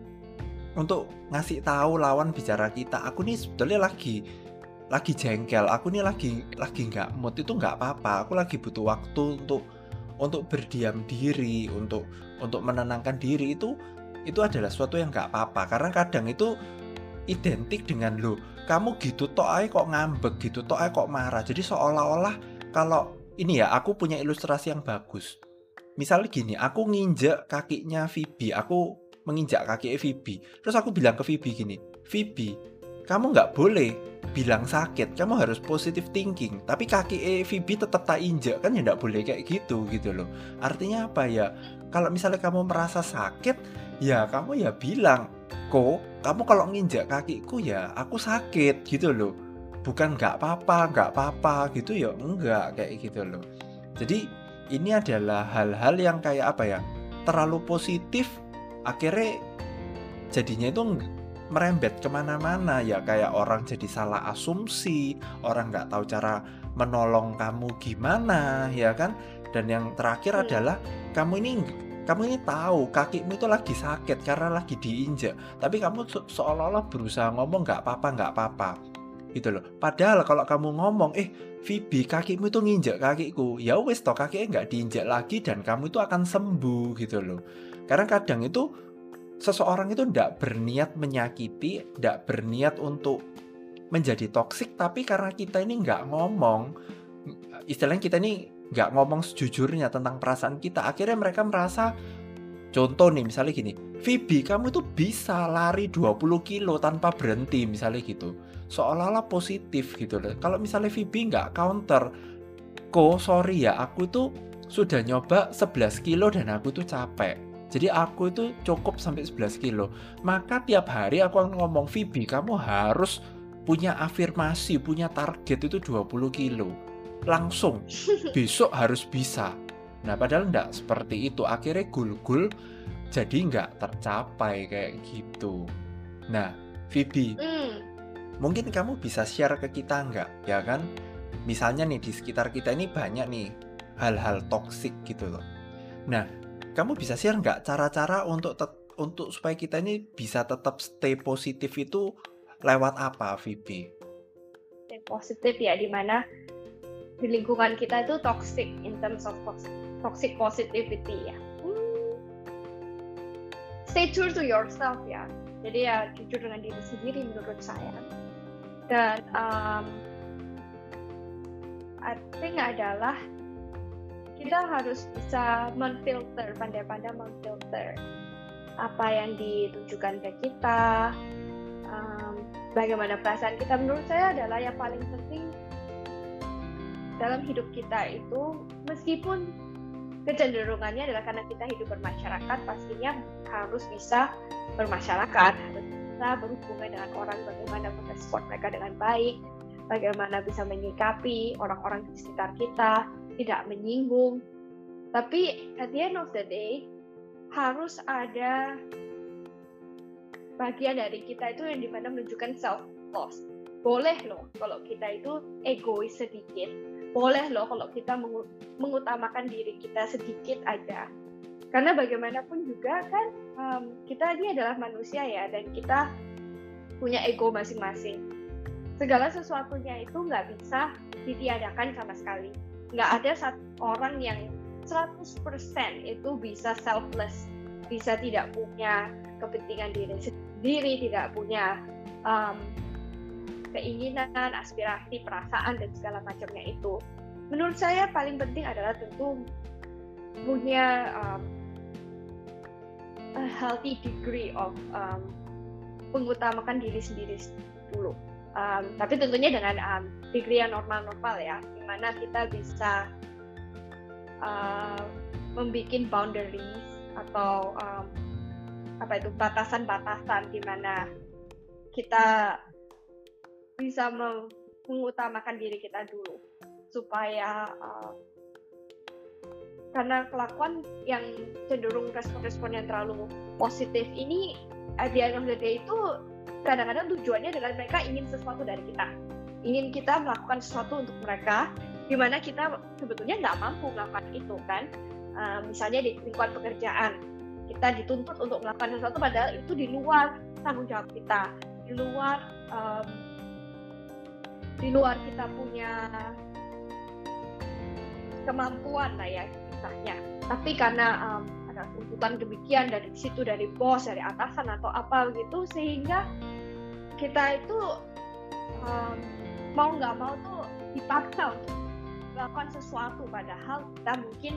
untuk ngasih tahu lawan bicara kita, aku nih sebetulnya lagi jengkel, aku nih lagi nggak mood, itu nggak apa-apa. Aku lagi butuh waktu untuk berdiam diri, untuk menenangkan diri. Itu adalah sesuatu yang nggak apa-apa. Karena kadang itu identik dengan lo, kamu gitu tok ae kok ngambek, gitu tok ae kok marah. Jadi seolah-olah kalau ini ya, aku punya ilustrasi yang bagus. Misalnya gini, aku nginjek kakinya Vibi, aku menginjak kaki Vibi. Terus aku bilang ke Vibi gini, Vibi, kamu nggak boleh bilang sakit, kamu harus positive thinking. Tapi kaki Vibi tetap tak injek, kan ya nggak boleh kayak gitu loh. Artinya apa ya? Kalau misalnya kamu merasa sakit, ya kamu ya bilang, kok kamu kalau nginjak kakiku ya aku sakit gitu loh. Bukan nggak apa-apa gitu ya, enggak kayak gitu loh. Jadi ini adalah hal-hal yang kayak apa ya, terlalu positif, akhirnya jadinya itu merembet kemana-mana ya, kayak orang jadi salah asumsi, orang nggak tahu cara menolong kamu gimana ya kan. Dan yang terakhir adalah kamu ini tahu kakimu itu lagi sakit karena lagi diinjek, tapi kamu seolah-olah berusaha ngomong nggak apa-apa gitu loh. Padahal kalau kamu ngomong, Phoebe, kakimu itu nginjek kakiku, ya wis toh kakinya nggak diinjek lagi dan kamu itu akan sembuh gitu loh. Karena kadang itu seseorang itu nggak berniat menyakiti, nggak berniat untuk menjadi toksik, tapi karena kita ini nggak ngomong, istilahnya kita ini nggak ngomong sejujurnya tentang perasaan kita, akhirnya mereka merasa, contoh nih misalnya gini, Phoebe, kamu itu bisa lari 20 kilo tanpa berhenti misalnya gitu, seolah-olah positif gitu loh. Kalau misalnya Phoebe nggak counter, sorry ya, aku itu sudah nyoba 11 kilo dan aku tuh capek, jadi aku itu cukup sampai 11 kilo. Maka tiap hari aku akan ngomong, Phoebe, kamu harus punya afirmasi, punya target itu 20 kilo. Langsung, besok harus bisa. Nah, padahal enggak seperti itu. Akhirnya gul-gul jadi nggak tercapai kayak gitu. Nah, Phoebe, mungkin kamu bisa share ke kita nggak? Ya kan? Misalnya nih, di sekitar kita ini banyak nih hal-hal toksik gitu loh. Nah, kamu bisa share nggak cara-cara untuk supaya kita ini bisa tetap stay positif itu lewat apa, Phoebe? Stay positif ya, dimana di lingkungan kita itu toxic in terms of toxic positivity ya. Stay true to yourself ya. Jadi ya jujur dengan diri sendiri menurut saya. Dan I think adalah kita harus bisa menfilter, pandai-pandai menfilter apa yang ditujukan ke kita, bagaimana perasaan kita. Menurut saya adalah yang paling penting dalam hidup kita itu, meskipun kecenderungannya adalah karena kita hidup bermasyarakat, pastinya harus bisa bermasyarakat, harus bisa berhubungan dengan orang, bagaimana merespon mereka dengan baik, bagaimana bisa menyikapi orang-orang di sekitar kita, tidak menyinggung. Tapi at the end of the day, harus ada bagian dari kita itu yang dimana menunjukkan self-loss. Boleh loh kalau kita itu egois sedikit, boleh loh kalau kita mengutamakan diri kita sedikit aja. Karena bagaimanapun juga kan kita ini adalah manusia ya, dan kita punya ego masing-masing. Segala sesuatunya itu nggak bisa ditiadakan sama sekali. Nggak ada satu orang yang 100% itu bisa selfless, bisa tidak punya kepentingan diri sendiri, tidak punya keinginan, aspirasi, perasaan, dan segala macamnya itu. Menurut saya paling penting adalah tentu punya a healthy degree of mengutamakan diri sendiri dulu. Tapi tentunya dengan degree yang normal-normal ya, dimana kita bisa membuat boundaries atau batasan-batasan dimana kita bisa mengutamakan diri kita dulu, supaya karena kelakuan yang cenderung respon-respon yang terlalu positif ini at the end of the day itu kadang-kadang tujuannya adalah mereka ingin sesuatu dari kita, ingin kita melakukan sesuatu untuk mereka, dimana kita sebetulnya nggak mampu melakukan itu kan. Misalnya di lingkungan pekerjaan, kita dituntut untuk melakukan sesuatu padahal itu di luar tanggung jawab kita, di luar kita punya kemampuan lah ya kisahnya. Tapi karena ada tuntutan demikian dari situ, dari bos, dari atasan atau apa gitu, sehingga kita itu mau nggak mau tuh dipaksa untuk melakukan sesuatu, padahal kita mungkin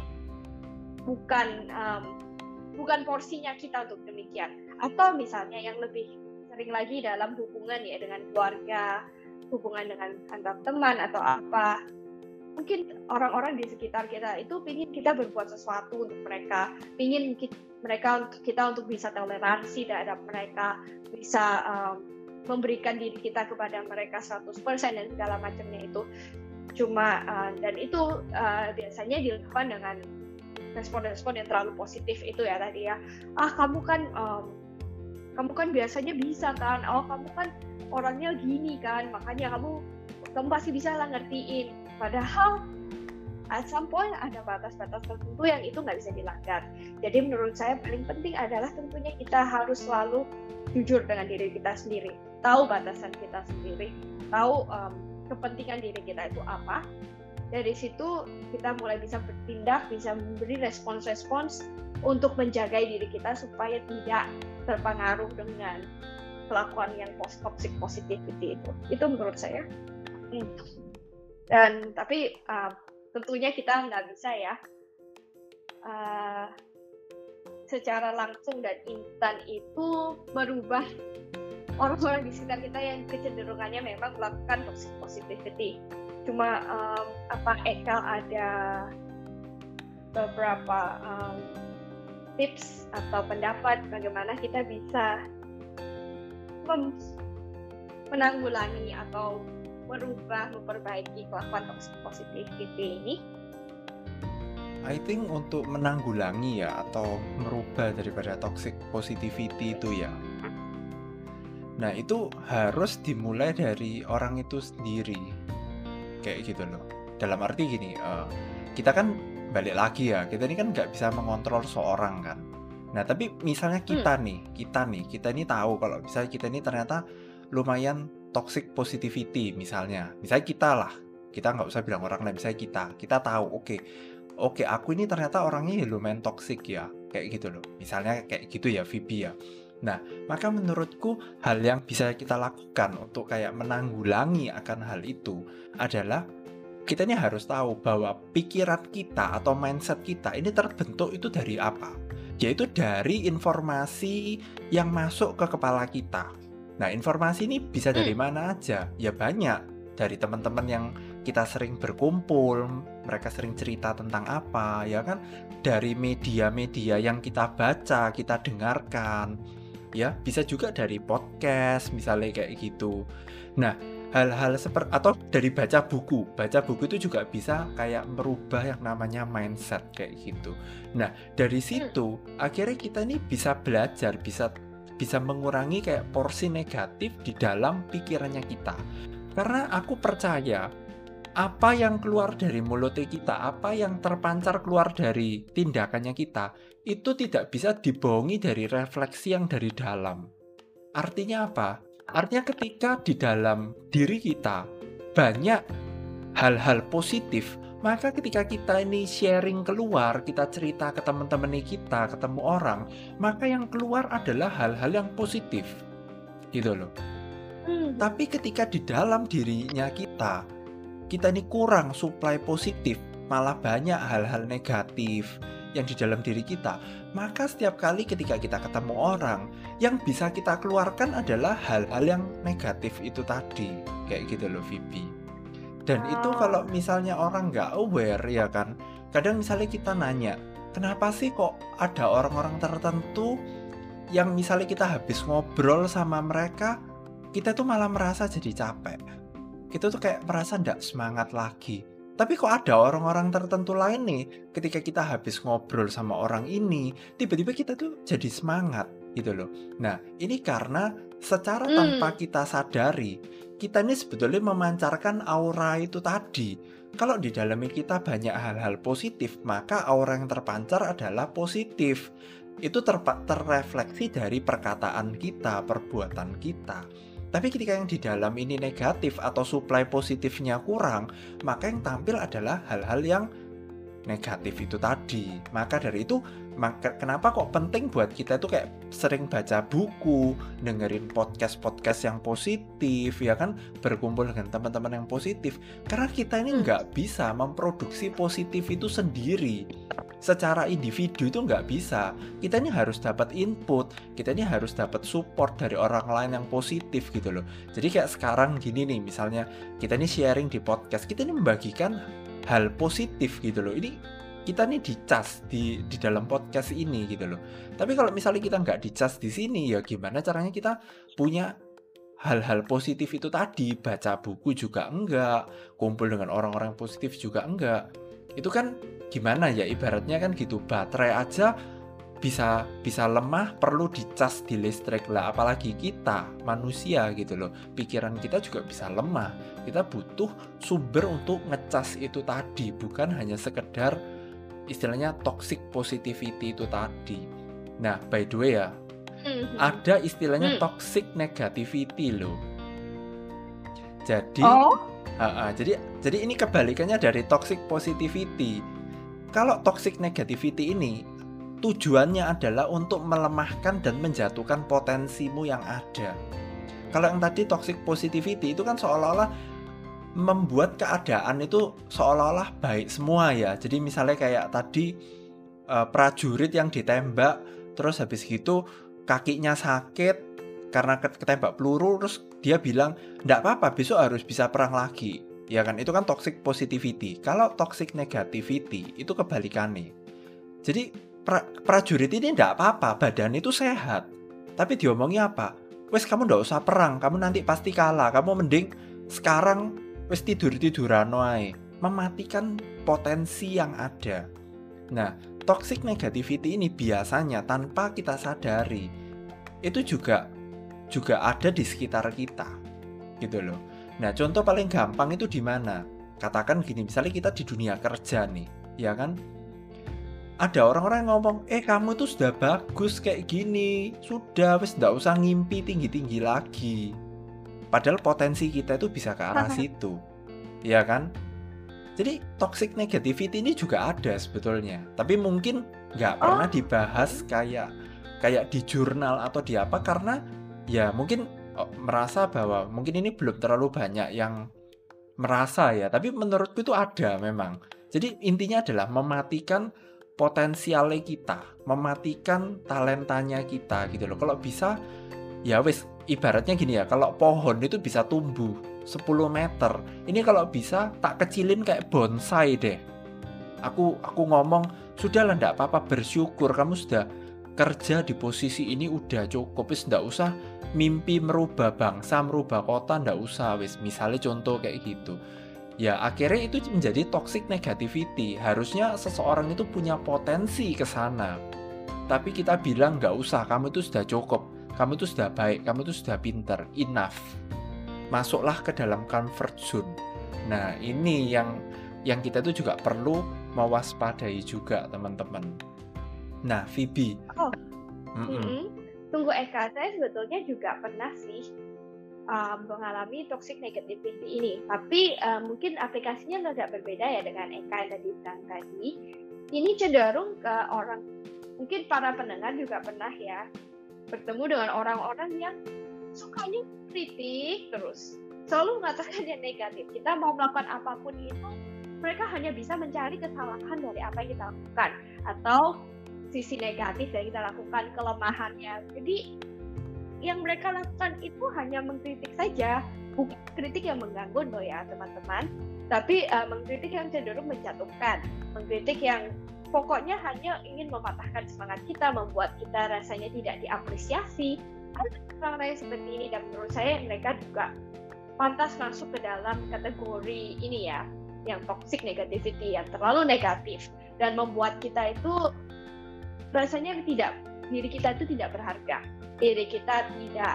bukan porsinya kita untuk demikian. Atau misalnya yang lebih sering lagi dalam hubungan ya, dengan keluarga, hubungan dengan antar teman atau apa, mungkin orang-orang di sekitar kita itu ingin kita berbuat sesuatu untuk mereka, ingin kita untuk bisa toleransi terhadap mereka, bisa memberikan diri kita kepada mereka 100% dan segala macamnya itu. Cuma dan itu biasanya dilakukan dengan respon-respon yang terlalu positif itu ya tadi ya. Kamu kan kamu kan biasanya bisa kan, oh kamu kan orangnya gini kan, makanya kamu pasti bisa lah ngertiin. Padahal at some point ada batas-batas tertentu yang itu nggak bisa dilanggar. Jadi menurut saya paling penting adalah tentunya kita harus selalu jujur dengan diri kita sendiri, tahu batasan kita sendiri, tahu kepentingan diri kita itu apa. Dari situ kita mulai bisa bertindak, bisa memberi respons-respons untuk menjaga diri kita supaya tidak terpengaruh dengan kelakuan yang toxic positivity itu. Itu menurut saya. Dan tapi tentunya kita nggak bisa ya secara langsung dan instan itu merubah orang-orang di sekitar kita yang kecenderungannya memang melakukan toxic positivity. Cuma Eka ada beberapa tips atau pendapat bagaimana kita bisa menanggulangi atau memperbaiki kelakuan toxic positivity ini? I think untuk menanggulangi ya atau merubah daripada toxic positivity itu ya. Nah itu harus dimulai dari orang itu sendiri. Kayak gitu loh. Dalam arti gini, kita kan balik lagi ya, kita ini kan nggak bisa mengontrol seorang kan. Nah tapi misalnya kita ini tahu kalau misalnya kita ini ternyata lumayan toxic positivity misalnya kita nggak usah bilang orang lain, misalnya kita tahu oke aku ini ternyata orangnya lumayan toxic ya, kayak gitu loh, misalnya kayak gitu ya Vivi ya. Nah maka menurutku hal yang bisa kita lakukan untuk kayak menanggulangi akan hal itu adalah kita ini harus tahu bahwa pikiran kita atau mindset kita ini terbentuk itu dari apa, yaitu dari informasi yang masuk ke kepala kita. Nah informasi ini bisa dari mana aja? Ya banyak, dari teman-teman yang kita sering berkumpul, mereka sering cerita tentang apa, ya kan? Dari media-media yang kita baca, kita dengarkan, ya bisa juga dari podcast misalnya kayak gitu. Nah hal-hal seperti atau dari baca buku itu juga bisa kayak merubah yang namanya mindset kayak gitu. Nah dari situ akhirnya kita ini bisa belajar, bisa mengurangi kayak porsi negatif di dalam pikirannya kita. Karena aku percaya apa yang keluar dari mulut kita, apa yang terpancar keluar dari tindakannya kita, itu tidak bisa dibohongi dari refleksi yang dari dalam. Artinya apa? Artinya ketika di dalam diri kita banyak hal-hal positif, maka ketika kita ini sharing keluar, kita cerita ke teman-teman kita, ketemu orang, maka yang keluar adalah hal-hal yang positif. Gitu loh. Tapi ketika di dalam dirinya kita ini kurang suplai positif, malah banyak hal-hal negatif yang di dalam diri kita, maka setiap kali ketika kita ketemu orang, yang bisa kita keluarkan adalah hal-hal yang negatif itu tadi. Kayak gitu loh Vivi. Dan itu kalau misalnya orang nggak aware ya kan, kadang misalnya kita nanya, kenapa sih kok ada orang-orang tertentu yang misalnya kita habis ngobrol sama mereka, kita tuh malah merasa jadi capek. Kita tuh kayak merasa nggak semangat lagi. Tapi kok ada orang-orang tertentu lain nih, ketika kita habis ngobrol sama orang ini, tiba-tiba kita tuh jadi semangat gitu loh. Nah ini karena secara tanpa kita sadari, kita ini sebetulnya memancarkan aura itu tadi. Kalau di dalamnya kita banyak hal-hal positif, maka aura yang terpancar adalah positif. Itu terrefleksi dari perkataan kita, perbuatan kita. Tapi ketika yang di dalam ini negatif atau suplai positifnya kurang, maka yang tampil adalah hal-hal yang negatif itu tadi. Maka dari itu, kenapa kok penting buat kita itu kayak sering baca buku, dengerin podcast-podcast yang positif, ya kan, berkumpul dengan teman-teman yang positif. Karena kita ini nggak bisa memproduksi positif itu sendiri. Secara individu itu nggak bisa. Kita ini harus dapat input, kita ini harus dapat support dari orang lain yang positif gitu loh. Jadi kayak sekarang gini nih, misalnya kita ini sharing di podcast, kita ini membagikan hal positif gitu loh. Ini kita nih dicas di dalam podcast ini gitu loh. Tapi kalau misalnya kita nggak dicas di sini, ya gimana caranya kita punya hal-hal positif itu tadi? Baca buku juga enggak, kumpul dengan orang-orang positif juga enggak. Itu kan gimana ya, ibaratnya kan gitu, baterai aja bisa lemah, perlu dicas di listrik lah. Apalagi kita manusia gitu loh, pikiran kita juga bisa lemah. Kita butuh sumber untuk ngecas itu tadi, bukan hanya sekedar istilahnya toxic positivity itu tadi. Nah, by the way ya, ada istilahnya toxic negativity loh. Jadi jadi ini kebalikannya dari toxic positivity. Kalau toxic negativity ini tujuannya adalah untuk melemahkan dan menjatuhkan potensimu yang ada. Kalau yang tadi toxic positivity itu kan seolah-olah membuat keadaan itu seolah-olah baik semua ya. Jadi misalnya kayak tadi prajurit yang ditembak, terus habis gitu kakinya sakit karena ketembak peluru, terus dia bilang nggak apa-apa, besok harus bisa perang lagi. Ya kan, itu kan toxic positivity. Kalau toxic negativity itu kebalikannya. Jadi prajurit ini enggak apa-apa, badan itu sehat. Tapi diomongnya apa? Wes kamu enggak usah perang, kamu nanti pasti kalah. Kamu mending sekarang wes tidur-tiduran wae. Mematikan potensi yang ada. Nah, toxic negativity ini biasanya tanpa kita sadari itu juga ada di sekitar kita. Gitu loh. Nah, contoh paling gampang itu di mana? Katakan gini, misalnya kita di dunia kerja nih, ya kan? Ada orang-orang yang ngomong, kamu tuh sudah bagus kayak gini, sudah wes nggak usah ngimpi tinggi-tinggi lagi. Padahal potensi kita itu bisa ke arah situ, ya kan? Jadi toxic negativity ini juga ada sebetulnya, tapi mungkin nggak pernah dibahas kayak di jurnal atau di apa, karena ya mungkin merasa bahwa mungkin ini belum terlalu banyak yang merasa ya. Tapi menurutku itu ada memang. Jadi intinya adalah mematikan potensialnya kita, mematikan talentanya kita gitu loh. Kalau bisa ya wis, ibaratnya gini ya, kalau pohon itu bisa tumbuh 10 meter, ini kalau bisa tak kecilin kayak bonsai deh. Aku ngomong, sudahlah enggak apa-apa, bersyukur kamu sudah kerja di posisi ini udah cukup, wis enggak usah mimpi merubah bangsa, merubah kota, enggak usah wis. Misalnya contoh kayak gitu. Ya akhirnya itu menjadi toxic negativity. Harusnya seseorang itu punya potensi ke sana, tapi kita bilang nggak usah, kamu itu sudah cukup, kamu itu sudah baik, kamu itu sudah pinter, enough. Masuklah ke dalam comfort zone. Nah ini yang kita itu juga perlu mewaspadai juga teman-teman. Nah Phoebe, tunggu Eka, saya sebetulnya juga pernah sih mengalami toxic negativity ini, tapi mungkin aplikasinya agak berbeda ya dengan Eka yang tadi bilang tadi. Ini cenderung ke orang, mungkin para pendengar juga pernah ya bertemu dengan orang-orang yang sukanya kritik terus, selalu mengatakan yang negatif. Kita mau melakukan apapun itu, mereka hanya bisa mencari kesalahan dari apa yang kita lakukan atau sisi negatif yang kita lakukan, kelemahannya. Jadi yang mereka lakukan itu hanya mengkritik saja, bukan kritik yang mengganggu loh ya teman-teman, tapi mengkritik yang cenderung menjatuhkan, mengkritik yang pokoknya hanya ingin mematahkan semangat kita, membuat kita rasanya tidak diapresiasi. Ada orang-orang seperti ini, dan menurut saya mereka juga pantas masuk ke dalam kategori ini ya, yang toxic negativity, yang terlalu negatif dan membuat kita itu rasanya diri kita itu tidak berharga. Diri kita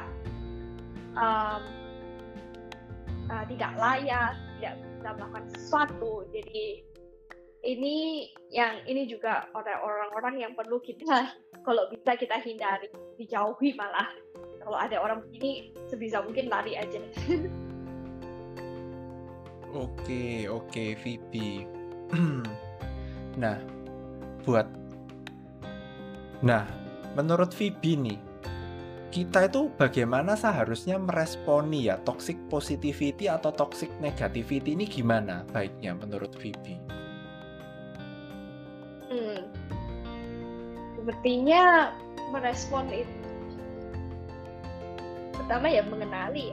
tidak layak, tidak bisa melakukan sesuatu. Jadi ini juga orang-orang yang perlu kita, kalau bisa kita hindari, dijauhi malah. Kalau ada orang begini, sebisa mungkin lari aja. Oke, Phoebe. Nah, menurut Phoebe nih, kita itu bagaimana seharusnya meresponi ya toxic positivity atau toxic negativity ini, gimana baiknya menurut Phoebe? Sepertinya merespon itu pertama ya mengenali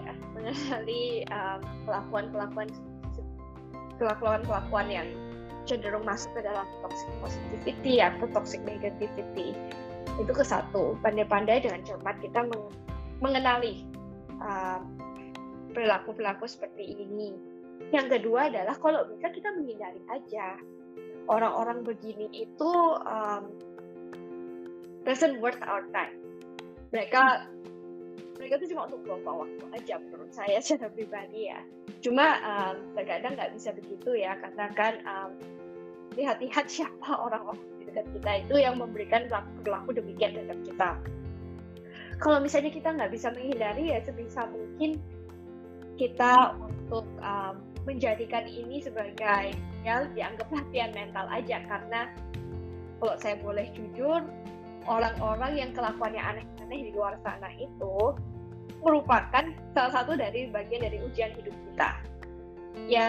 kelakuan yang cenderung masuk ke dalam toxic positivity atau toxic negativity. Itu ke satu, pandai-pandai dengan cermat kita mengenali perilaku-perilaku seperti ini. Yang kedua adalah kalau bisa kita menghindari aja. Orang-orang begini itu doesn't worth our time. Mereka tuh cuma untuk buang-buang waktu aja menurut saya secara pribadi ya. Cuma terkadang nggak bisa begitu ya, karena kan lihat-lihat siapa orang-orang di dekat kita itu yang memberikan perilaku demikian terhadap kita. Kalau misalnya kita nggak bisa menghindari, ya sebisa mungkin kita untuk menjadikan ini sebagai ya dianggap latihan mental aja. Karena kalau saya boleh jujur, orang-orang yang kelakuannya aneh-aneh di luar sana itu merupakan salah satu dari bagian dari ujian hidup kita. Ya,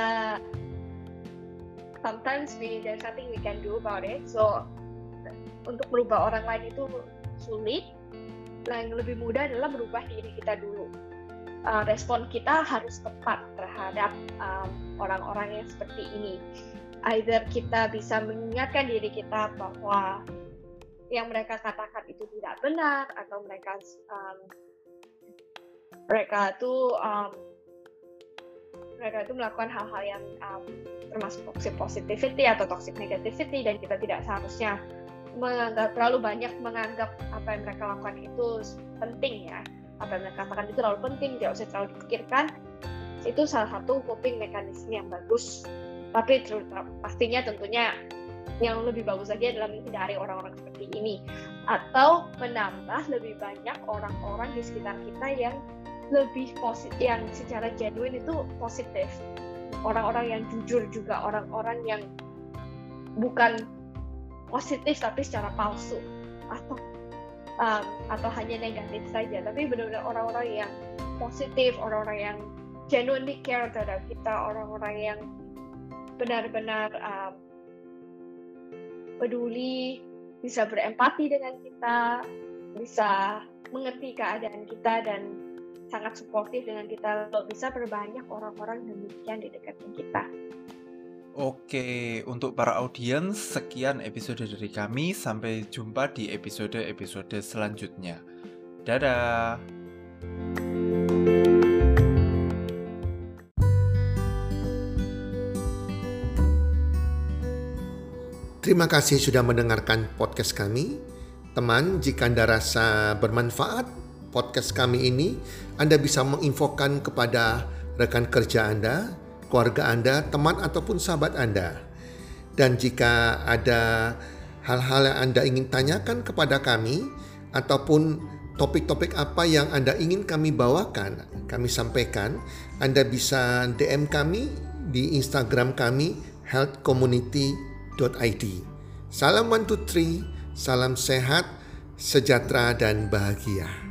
sometimes there's nothing we can do about it. So untuk merubah orang lain itu sulit. Yang lebih mudah adalah merubah diri kita dulu. Respon kita harus tepat terhadap orang-orang yang seperti ini. Either kita bisa mengingatkan diri kita bahwa yang mereka katakan itu tidak benar, atau mereka itu melakukan hal-hal yang termasuk toxic positivity atau toxic negativity, dan kita tidak seharusnya terlalu banyak menganggap apa yang mereka lakukan itu penting ya. Apa yang mereka katakan itu terlalu penting, tidak usah terlalu dipikirkan. Itu salah satu coping mekanisme yang bagus. Tapi pastinya tentunya yang lebih bagus lagi adalah menghindari orang-orang seperti ini, atau menambah lebih banyak orang-orang di sekitar kita yang lebih positif, yang secara genuine itu positif. Orang-orang yang jujur juga, orang-orang yang bukan positif tapi secara palsu atau hanya negatif saja, tapi benar-benar orang-orang yang positif, orang-orang yang genuinely care terhadap kita, orang-orang yang benar-benar peduli, bisa berempati dengan kita, bisa mengerti keadaan kita, dan sangat suportif dengan kita. Kalau bisa berbanyak orang-orang demikian di dekatnya kita. Oke, untuk para audiens, sekian episode dari kami. Sampai jumpa di episode-episode selanjutnya. Dadah! Terima kasih sudah mendengarkan podcast kami. Teman, jika Anda rasa bermanfaat podcast kami ini, Anda bisa menginfokan kepada rekan kerja Anda, keluarga Anda, teman ataupun sahabat Anda. Dan jika ada hal-hal yang Anda ingin tanyakan kepada kami, ataupun topik-topik apa yang Anda ingin kami bawakan, kami sampaikan, Anda bisa DM kami di Instagram kami, healthcommunity.id. Salam 1, 2, 3, salam sehat, sejahtera dan bahagia.